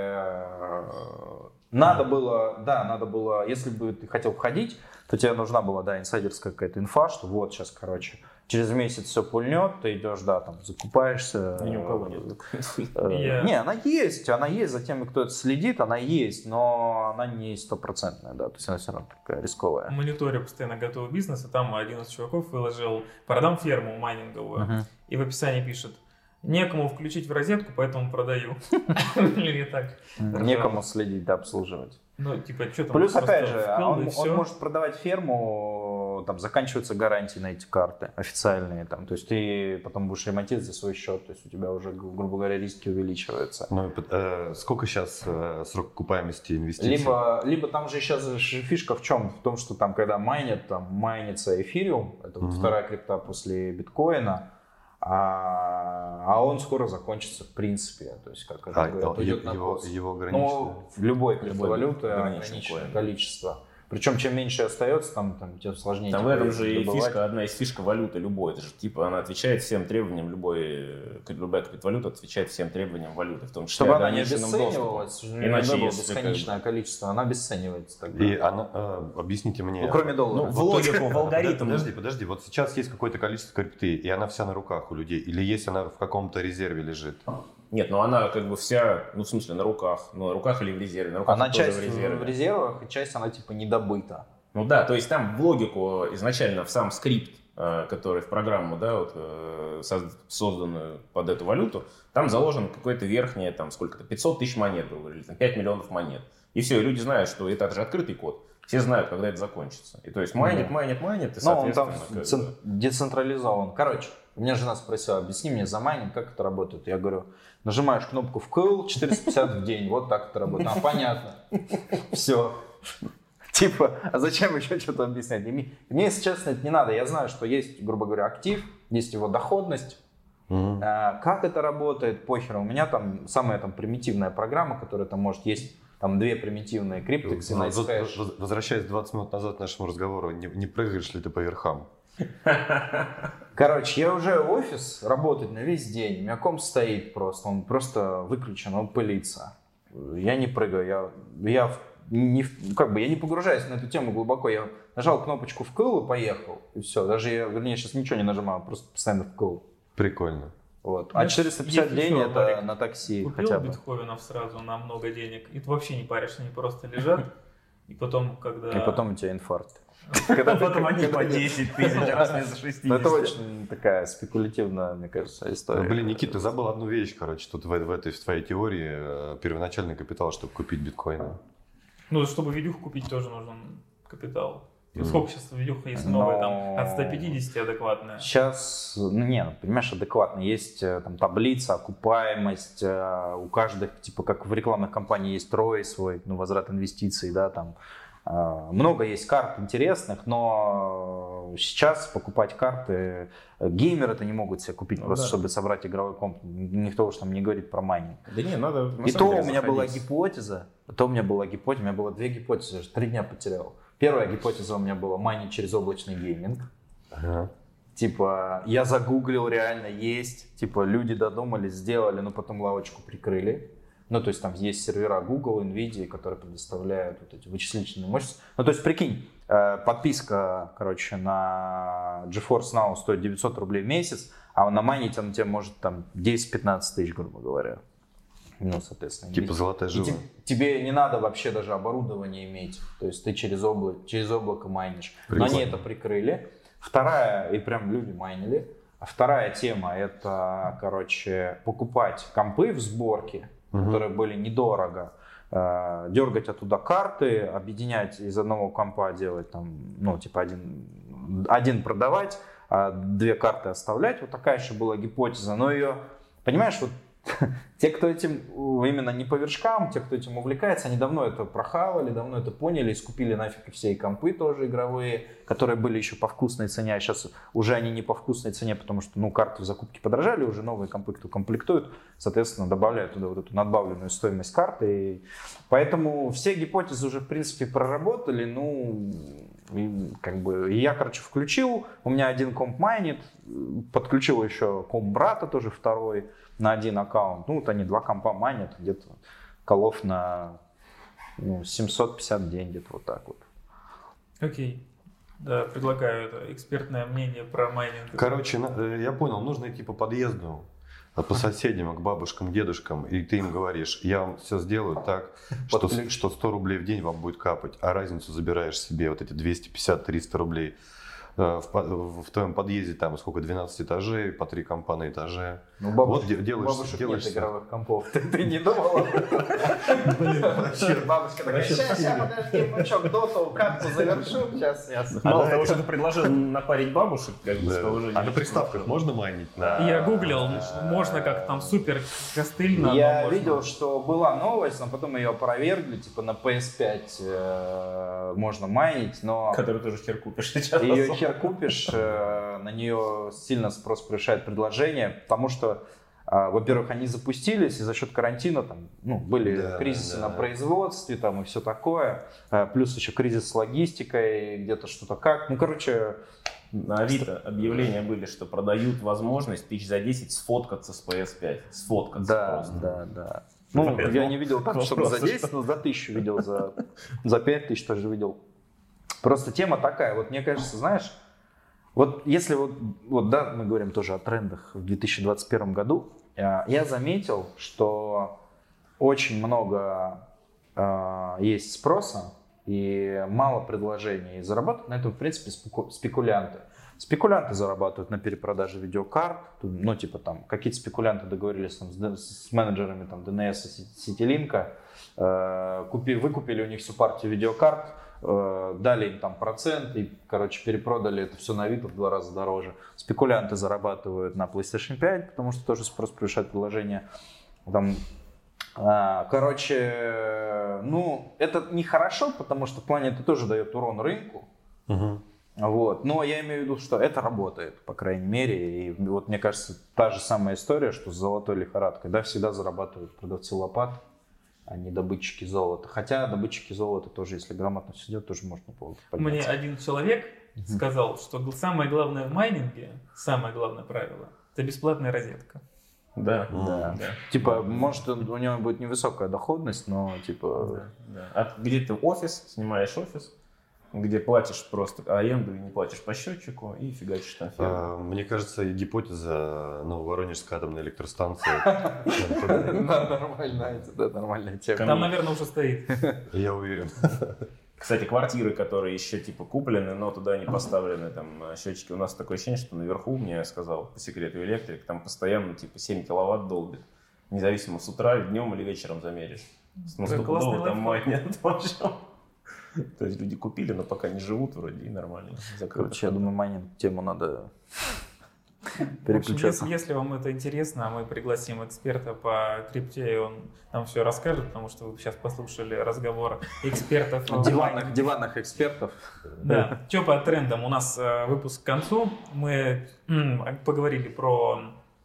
надо было, если бы ты хотел входить, то тебе нужна была, инсайдерская какая-то инфа, что вот сейчас, через месяц все пульнет, ты идешь, закупаешься. И ни у кого нет. Не, она есть за теми, кто это следит, она есть, но она не стопроцентная, да, то есть она все равно такая рисковая. Мониторю постоянно готовый бизнес, и там один из чуваков выложил, продам ферму майнинговую, и в описании пишет, некому включить в розетку, поэтому продаю. Или так. Некому следить, обслуживать. Что там? Плюс, опять же, он может продавать ферму, заканчиваются гарантии на эти карты официальные, то есть ты потом будешь ремонтировать за свой счет, то есть у тебя уже, грубо говоря, риски увеличиваются. Сколько сейчас срок окупаемости инвестиций? Либо там же сейчас фишка в чем? В том, что когда майнится эфириум, это вторая крипта после биткоина, а он скоро закончится в принципе, то есть его ограничено. В любой криптовалюте ограниченное количество. Причем чем меньше остается, там тем сложнее. Там в типа, этом же и добывать. фишка, одна из фишек валюты любой. Это же типа она отвечает всем требованиям, любая криптовалюта отвечает всем требованиям валюты, в том числе Чтобы она не ограниченным доступом. обесценивалась, Иначе было если бесконечное количество, она обесценивается тогда. И она, объясните мне. Ну, кроме доллара. Ну, в логику, в алгоритм. Подожди, вот сейчас есть какое-то количество крипты, и она вся на руках у людей, или есть она в каком-то резерве лежит? Нет, ну она как бы вся, ну в смысле на руках или в резерве. На руках Она тоже часть в резерве. в резервах, и часть она типа не добыта. Ну да, то есть там в логику изначально в сам скрипт, который в программу, да, вот, созданную под эту валюту, там заложен какое-то верхнее, там сколько-то, 500 тысяч монет, или там, 5 миллионов монет. И все, и люди знают, что это же открытый код. Все знают, когда это закончится. И то есть майнит, и соответственно... Ну, он там децентрализован. Короче, меня жена спросила, объясни мне за майнинг, как это работает. Я говорю, нажимаешь кнопку вкл, 450 в день, вот так это работает. А, понятно. Все. Типа, а зачем еще что-то объяснять? Мне, если честно, это не надо. Я знаю, что есть, грубо говоря, актив, есть его доходность. Как это работает, похер. У меня там самая примитивная программа, которая там может есть. Там две примитивные криптексы. Возвращаясь 20 минут назад к нашему разговору, не прыгаешь ли ты по верхам? Короче, я уже офис работать на весь день. У меня комп стоит просто, он просто выключен, он пылится. Я не прыгаю, я не погружаюсь на эту тему глубоко. Я нажал кнопочку вкл и поехал. И все. Даже я, сейчас ничего не нажимаю, просто постоянно вкл. Прикольно. Вот. А 450 в день это на такси купил хотя бы. биткоинов сразу на много денег, и ты вообще не паришься, они просто лежат, и потом, когда... И потом у тебя инфаркт. Потом они по 10 тысяч раз вместо 60. Это очень такая спекулятивная, мне кажется, история. Ну, блин, Никит, ты забыл одну вещь, короче, тут в твоей теории первоначальный капитал, чтобы купить биткоины. Ну, чтобы видюху купить, тоже нужен капитал. Сколько сейчас видюха, если новая, там, от 150 адекватная? Сейчас, понимаешь, адекватно. Есть там таблица, окупаемость, у каждых, типа, как в рекламных компаниях есть ROI свой, возврат инвестиций, да, там. Много есть карт интересных, но сейчас покупать карты геймеры-то не могут себе купить просто, чтобы собрать игровой комп. Никто уж там не говорит про майнинг. Да не, надо. И то у меня была гипотеза, у меня было две гипотезы, 3 дня потерял. Первая гипотеза у меня была майнить через облачный гейминг. Типа, я загуглил, реально есть. Типа, люди додумались, сделали, но потом лавочку прикрыли. Ну, то есть там есть сервера Google, Nvidia, которые предоставляют вот эти вычислительные мощности. Ну, то есть, прикинь, подписка, короче, на GeForce Now стоит 900 рублей в месяц, а на майнить он тебе может там 10-15 тысяч, грубо говоря. Ну, соответственно. Типа золотая жила. Тебе не надо вообще даже оборудование иметь. То есть ты через облако майнишь. Прикольно. Но они это прикрыли. Вторая, и прям люди майнили. А вторая тема, это, короче, покупать компы в сборке, которые были недорого, дергать оттуда карты, объединять из одного компа, делать там, типа один продавать, а 2 карты оставлять. Вот такая еще была гипотеза. Но ее, понимаешь, вот те, кто этим именно не по вершкам, те, кто этим увлекается, они давно это прохавали, давно это поняли, и скупили нафиг все и компы тоже игровые, которые были еще по вкусной цене, а сейчас уже они не по вкусной цене, потому что карты в закупке подорожали, уже новые компы, кто комплектует, соответственно, добавляют туда вот эту надбавленную стоимость карты. И поэтому все гипотезы уже, в принципе, проработали, я, короче, включил, у меня один комп майнит, подключил еще комп брата тоже второй, на один аккаунт. Вот они 2 компа майнят, где-то колов на 750 в день, где-то вот так вот. Окей. Да, предлагаю это экспертное мнение про майнинг. Короче, я понял, нужно идти по подъезду, по соседям, к бабушкам, дедушкам, и ты им говоришь, я вам все сделаю так, что 100 рублей в день вам будет капать, а разницу забираешь себе, вот эти 250-300 рублей. В твоем подъезде там сколько, 12 этажей, по 3 компа на этаже. Вот делаешь нет игровых компов. Ты не думал об этом? Бабушка такая, сейчас, подожди, внучок, доту, карту завершу, сейчас. Мало того, что ты предложил напарить бабушек, а на приставках можно майнить? Я гуглил, можно как там супер костыль. Я видел, что была новость, но потом ее опровергли, типа на PS5 можно майнить, но... Которую тоже хер купишь сейчас. Ее хер купишь, на нее сильно спрос превышает предложение, потому что Во-первых, они запустились, и за счет карантина там, были кризисы на производстве там, и все такое. Плюс еще кризис с логистикой, где-то что-то как. На Авито объявления были, что продают возможность 1010 сфоткаться с PS5. Сфоткаться просто. Да. Я не видел так, чтобы за 10, но за 1000 видел, за 5000 тоже видел. Просто тема такая, вот мне кажется, знаешь, вот если да, мы говорим тоже о трендах в 2021 году, я заметил, что очень много есть спроса и мало предложений. И зарабатывают на этом, в принципе, спекулянты. Спекулянты зарабатывают на перепродаже видеокарт. Какие-то спекулянты договорились с менеджерами DNS и Citilink, выкупили у них всю партию видеокарт, дали им там процент и, перепродали это все на Авито в 2 раза дороже. Спекулянты зарабатывают на PlayStation 5, потому что тоже спрос превышает предложение. Это нехорошо, потому что в плане это тоже дает урон рынку. Но я имею в виду, что это работает, по крайней мере. И вот мне кажется, та же самая история, что с золотой лихорадкой. Да, всегда зарабатывают продавцы лопат, а не добытчики золота. Хотя добытчики золота тоже, если грамотно все делать, тоже можно подняться. Мне один человек сказал, что самое главное в майнинге, самое главное правило, это бесплатная розетка. Да. Может, у него будет невысокая доходность, но Где ты снимаешь офис, где платишь просто аренду и не платишь по счетчику, и фигачишь там ферму. Мне кажется, гипотеза Воронежской атомной электростанции. Нормальная тема. Там, наверное, уже стоит. Я уверен. Кстати, квартиры, которые еще куплены, но туда не поставлены счетчики. У нас такое ощущение, что наверху, мне сказал по секрету электрик, там постоянно 7 киловатт долбит. Независимо с утра, днем или вечером замеришь. Стопудово там майнят. То есть люди купили, но пока не живут вроде и нормально. Я думаю, майнинг тему надо переключаться. Если вам это интересно, мы пригласим эксперта по крипте, и он нам все расскажет, потому что вы сейчас послушали разговор экспертов. Диванных экспертов. Да. Что по трендам? У нас выпуск к концу. Мы поговорили про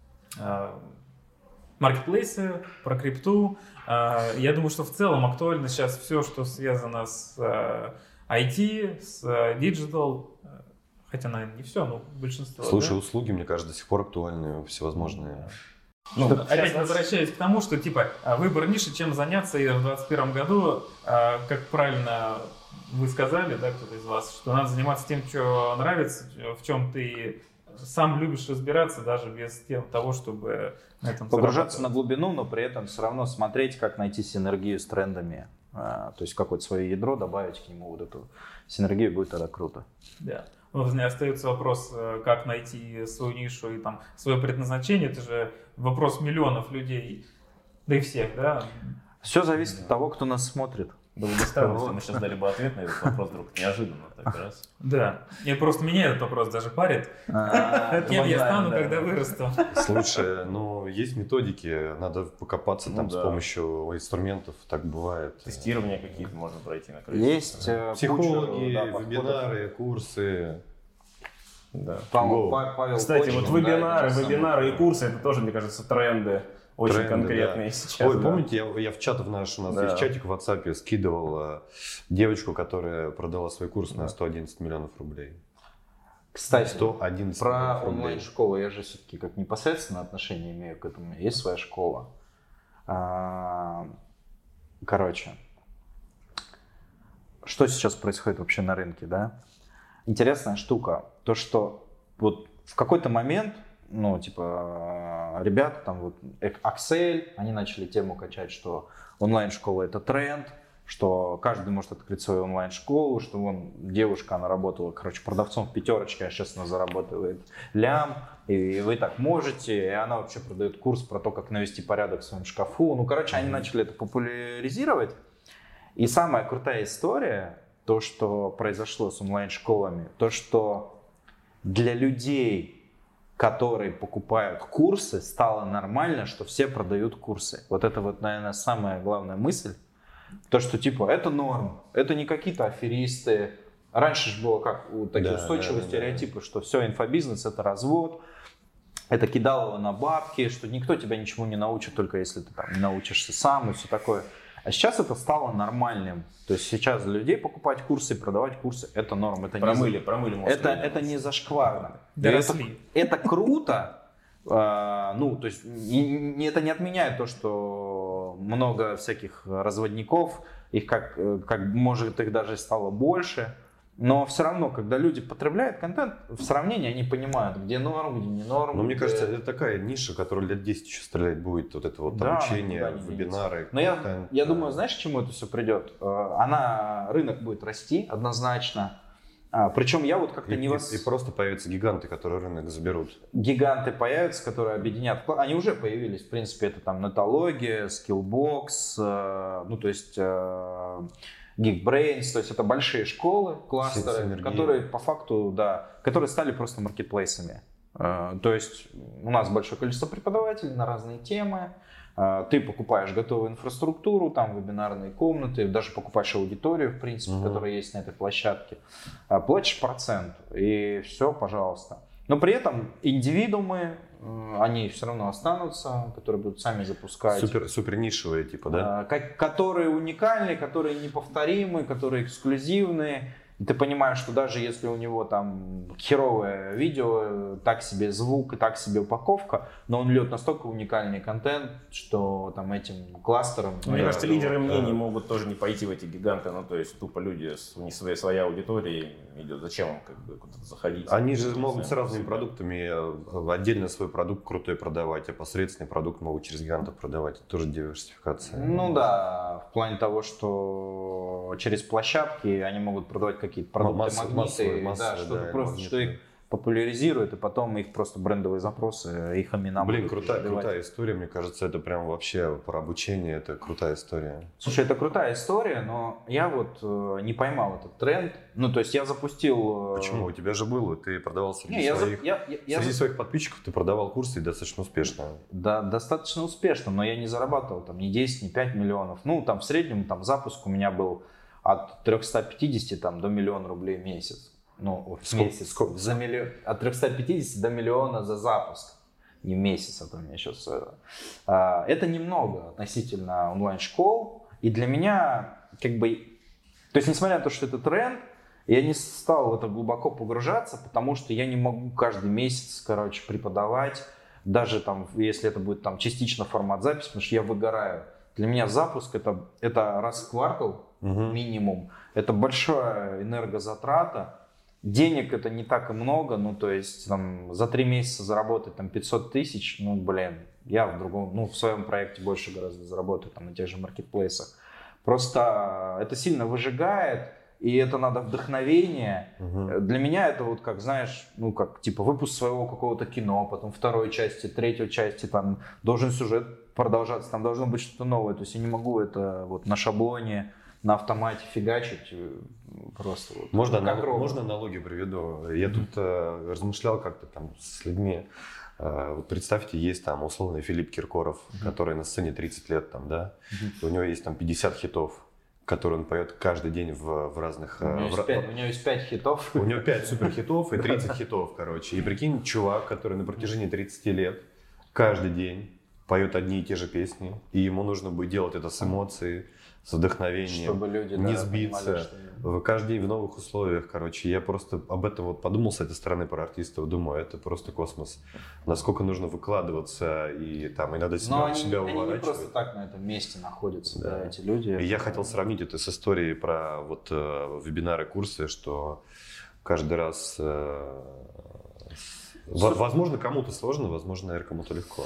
маркетплейсы, про крипту. Я думаю, что в целом актуально сейчас все, что связано с IT, с Digital. Хотя, наверное, не все, но большинство. Слушай, услуги, мне кажется, до сих пор актуальны, всевозможные. Опять возвращаюсь к тому, что выбор ниши, чем заняться, и в 2021 году, как правильно вы сказали, да, кто-то из вас, что надо заниматься тем, что нравится, в чем ты сам любишь разбираться, даже без того, чтобы на этом погружаться на глубину, но при этом все равно смотреть, как найти синергию с трендами. То есть какое-то свое ядро добавить к нему, вот эту синергию, будет тогда круто. Да. Остается вопрос, как найти свою нишу и свое предназначение. Это же вопрос миллионов людей, да и всех, да? Все зависит от того, кто нас смотрит. Было бы странно, если мы сейчас дали бы ответ на этот вопрос вдруг неожиданно. Раз. Да. И просто меня этот вопрос даже парит. Кем я стану, когда вырасту? Слушай, есть методики, надо покопаться с помощью инструментов, так бывает. Тестирования какие-то можно пройти на крыше. Есть психологи, вебинары, курсы. Да. Павел Кстати, вебинары и курсы, это тоже, мне кажется, тренды. Очень конкретные сейчас. Помните, я в чат у нас есть чатик в WhatsApp, скидывал девочку, которая продала свой курс на 111 миллионов рублей. Кстати, 111 про онлайн-школу я же все-таки как непосредственно отношение имею к этому. Есть своя школа. Что сейчас происходит вообще на рынке, да? Интересная штука. То, что вот в какой-то момент ребята, Axel, они начали тему качать, что онлайн-школа это тренд, что каждый может открыть свою онлайн-школу, что девушка, она работала, продавцом в пятерочке, а сейчас она зарабатывает лям, и вы так можете, и она вообще продает курс про то, как навести порядок в своем шкафу. Они начали это популяризировать. И самая крутая история, то, что произошло с онлайн-школами, то, что для людей, которые покупают курсы, стало нормально, что все продают курсы. Вот это наверное, самая главная мысль. То, что это норм, это не какие-то аферисты. Раньше же было как устойчивые стереотипы, что все, инфобизнес это развод, это кидалово на бабки, что никто тебя ничему не научит, только если ты там не научишься сам и все такое. А сейчас это стало нормальным. То есть сейчас для людей покупать курсы, продавать курсы — это норм. Это Промыли мозг. это не зашкварно. Это круто. Ну, то есть это не отменяет то, что много всяких разводников, их как может их даже стало больше. Но все равно, когда люди потребляют контент, в сравнении они понимают, где норм, где не норм. Но мне кажется, это такая ниша, которая лет 10 еще стрелять будет. Вот это вот Да, обучение, вебинары. Но я думаю, знаешь, к чему это все придет? Рынок будет расти однозначно. Причем я вот как-то И просто появятся гиганты, которые рынок заберут. Гиганты появятся, которые объединят. Они уже появились, в принципе, это там Нетология, Skillbox, ну то есть Geekbrains, то есть это большие школы, кластеры, которые по факту, да, которые стали просто маркетплейсами. То есть у нас большое количество преподавателей на разные темы. Ты покупаешь готовую инфраструктуру, там вебинарные комнаты, даже покупаешь аудиторию, в принципе, которая есть на этой площадке, платишь процент, и все, пожалуйста. Но при этом индивидуумы, они все равно останутся, которые будут сами запускать. Супер нишевые, типа, да? Которые уникальны, которые неповторимы, которые эксклюзивные. И ты понимаешь, что даже если у него там херовое видео, так себе звук и так себе упаковка, но он льет настолько уникальный контент, что там этим кластером... Мне кажется, лидеры мнений могут тоже не пойти в эти гиганты, ну то есть тупо люди, у них своя аудитория идет, зачем им как бы куда-то заходить? Они же могут с разными продуктами отдельно свой продукт крутой продавать, а посредственный продукт могут через гигантов продавать. Это тоже диверсификация. Ну да, в плане того, что через площадки они могут продавать какие-то продукты, магниты, что их популяризирует, и потом их просто брендовые запросы, их имена. Блин, крутая история, мне кажется, это прям вообще про обучение, это крутая история. Слушай, это крутая история, но я вот не поймал этот тренд. Ну, то есть я запустил... Почему? У тебя же было, ты продавал среди своих подписчиков, ты продавал курсы достаточно успешно. Да, достаточно успешно, но я не зарабатывал там ни 10, ни 5 миллионов. Ну, там в среднем там запуск у меня был от 350 там, до 1 000 000 рублей в месяц. Ну, в месяц. От 350 до миллиона за запуск. Не в месяц, а то у меня сейчас... Это немного относительно онлайн-школ. И для меня, как бы... То есть, несмотря на то, что это тренд, я не стал в это глубоко погружаться, потому что я не могу каждый месяц, короче, преподавать. Даже там, если это будет там частично формат записи, потому что я выгораю. Для меня запуск это раз в квартал минимум. Это большая энергозатрата. Денег это не так и много, ну то есть там, за 3 месяца заработать там 500 тысяч, ну блин, я в своем проекте больше гораздо заработаю там на тех же маркетплейсах. Просто это сильно выжигает, и это надо вдохновение. Для меня это вот как, знаешь, ну как типа выпуск своего какого-то кино, потом второй части, третьей части, там должен сюжет продолжаться, там должно быть что-то новое. То есть я не могу это вот на шаблоне, на автомате фигачить просто. Вот, можно аналогию приведу. Я тут размышлял как-то там с людьми. Вот представьте, есть там условный Филипп Киркоров, который на сцене 30 лет там, да? У него есть там 50 хитов, которые он поет каждый день в разных... У него есть 5 хитов. У него 5 суперхитов и 30 хитов, короче. И прикинь, чувак, который на протяжении 30 лет каждый день поет одни и те же песни, и ему нужно будет делать это с эмоцией, с вдохновением, чтобы люди, не сбиться, каждый день в новых условиях, короче. Я просто об этом вот подумал с этой стороны про артистов, думаю, это просто космос. Насколько нужно выкладываться и там иногда себя уворачивать. Они не просто так на этом месте находятся, да, эти люди. И я хотел сравнить это с историей про вот вебинары, курсы, что каждый раз, возможно, кому-то сложно, возможно, наверное, кому-то легко.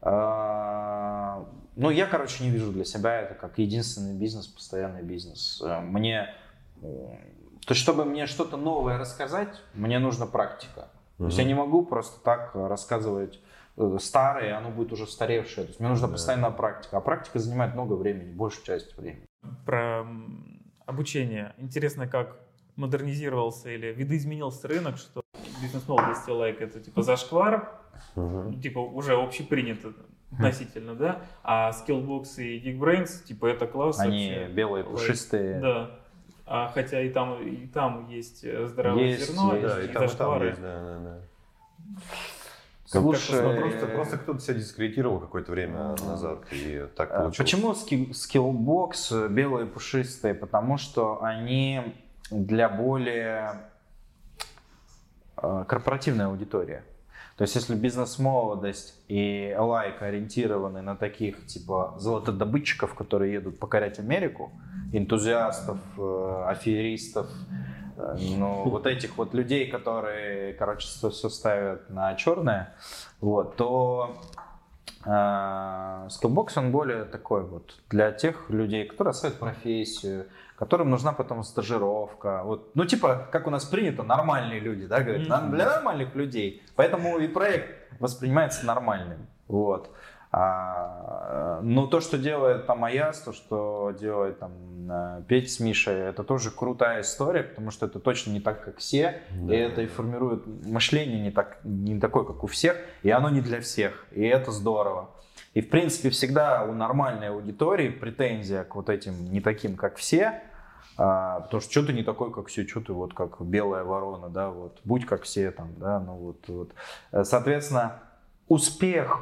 Ну, я, короче, не вижу для себя это как единственный бизнес, постоянный бизнес. То есть, чтобы мне что-то новое рассказать, мне нужна практика. То есть, я не могу просто так рассказывать старое, оно будет уже устаревшее. То есть, мне нужна постоянная практика. А практика занимает много времени, большую часть времени. Про обучение. Интересно, как модернизировался или видоизменился рынок, что бизнес-модуль лайк это типа зашквар, типа уже общепринято относительно, да, а Skillbox и Geekbrains, типа это класс. Они вообще, белые, пушистые. Да. Хотя и там есть здравое зерно, и там есть, да. Слушай, Просто кто-то себя дискредитировал какое-то время назад, и так получилось. почему Skillbox белые пушистые? Потому что они для более корпоративной аудитории. То есть, если бизнес-молодость и лайк ориентированы на таких, типа, золотодобытчиков, которые едут покорять Америку, энтузиастов, аферистов, ну, вот этих вот людей, которые, короче, все ставят на черное, вот, то Skillbox, он более такой вот для тех людей, которые осваивают профессию, которым нужна потом стажировка. Вот, ну, типа, как у нас принято, нормальные люди, да, говорят, для нормальных людей. Поэтому и проект воспринимается нормальным. Вот. Но то, что делает там Аяс, то, что делает там Петя с Мишей, это тоже крутая история, потому что это точно не так, как все, и это и формирует мышление не такое, как у всех, и оно не для всех, и это здорово. И, в принципе, всегда у нормальной аудитории претензия к вот этим не таким, как все, потому что что ты не такой, как все, что ты вот как белая ворона, да, вот, будь как все там, да, ну вот. Соответственно, успех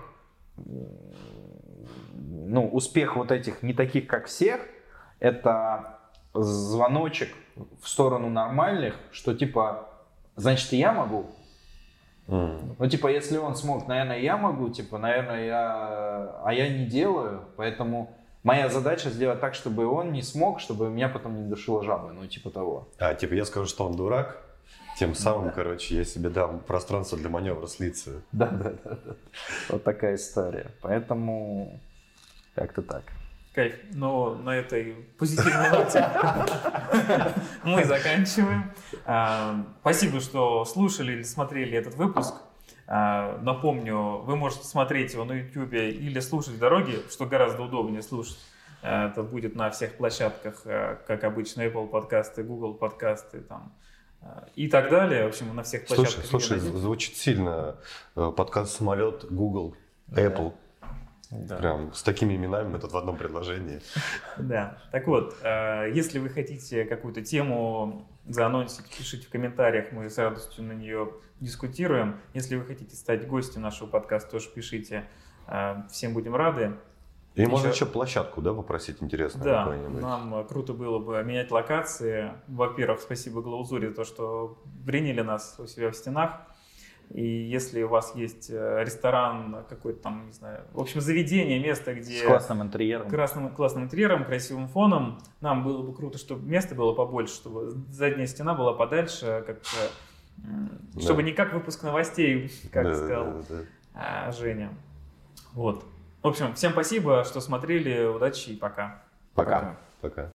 вот этих не таких, как всех, это звоночек в сторону нормальных, что типа, значит, и я могу. Ну, типа, если он смог, наверное, я могу, типа, наверное, я не делаю, поэтому моя задача сделать так, чтобы он не смог, чтобы меня потом не душила жаба, ну, типа того. Типа, я скажу, что он дурак, тем самым, короче, я себе дам пространство для маневра слиться. Да. Вот такая история. Поэтому как-то так. Кайф. Но на этой позитивной ноте мы заканчиваем. Спасибо, что слушали или смотрели этот выпуск. Напомню, вы можете смотреть его на YouTube или слушать в дороге, что гораздо удобнее слушать. Это будет на всех площадках, как обычно, Apple подкасты, Google подкасты там, и так далее. В общем, на всех площадках. Слушай, звучит сильно. Подкаст «Самолет», Google, Apple. Да. Прям с такими именами это в одном предложении. Да. Так вот, если вы хотите какую-то тему заанонсить, пишите в комментариях, мы с радостью на нее дискутируем. Если вы хотите стать гостем нашего подкаста, тоже пишите. Всем будем рады. И можно еще площадку, да, попросить интересную? Да, нам круто было бы менять локации. Во-первых, спасибо Глаузуре за то, что приняли нас у себя в стенах. И если у вас есть ресторан, какой-то там, не знаю, в общем, заведение, место, где... С классным интерьером. Классным интерьером, красивым фоном, нам было бы круто, чтобы места было побольше, чтобы задняя стена была подальше, чтобы не как выпуск новостей, как сказал Женя. Вот. В общем, всем спасибо, что смотрели, удачи и пока. Пока.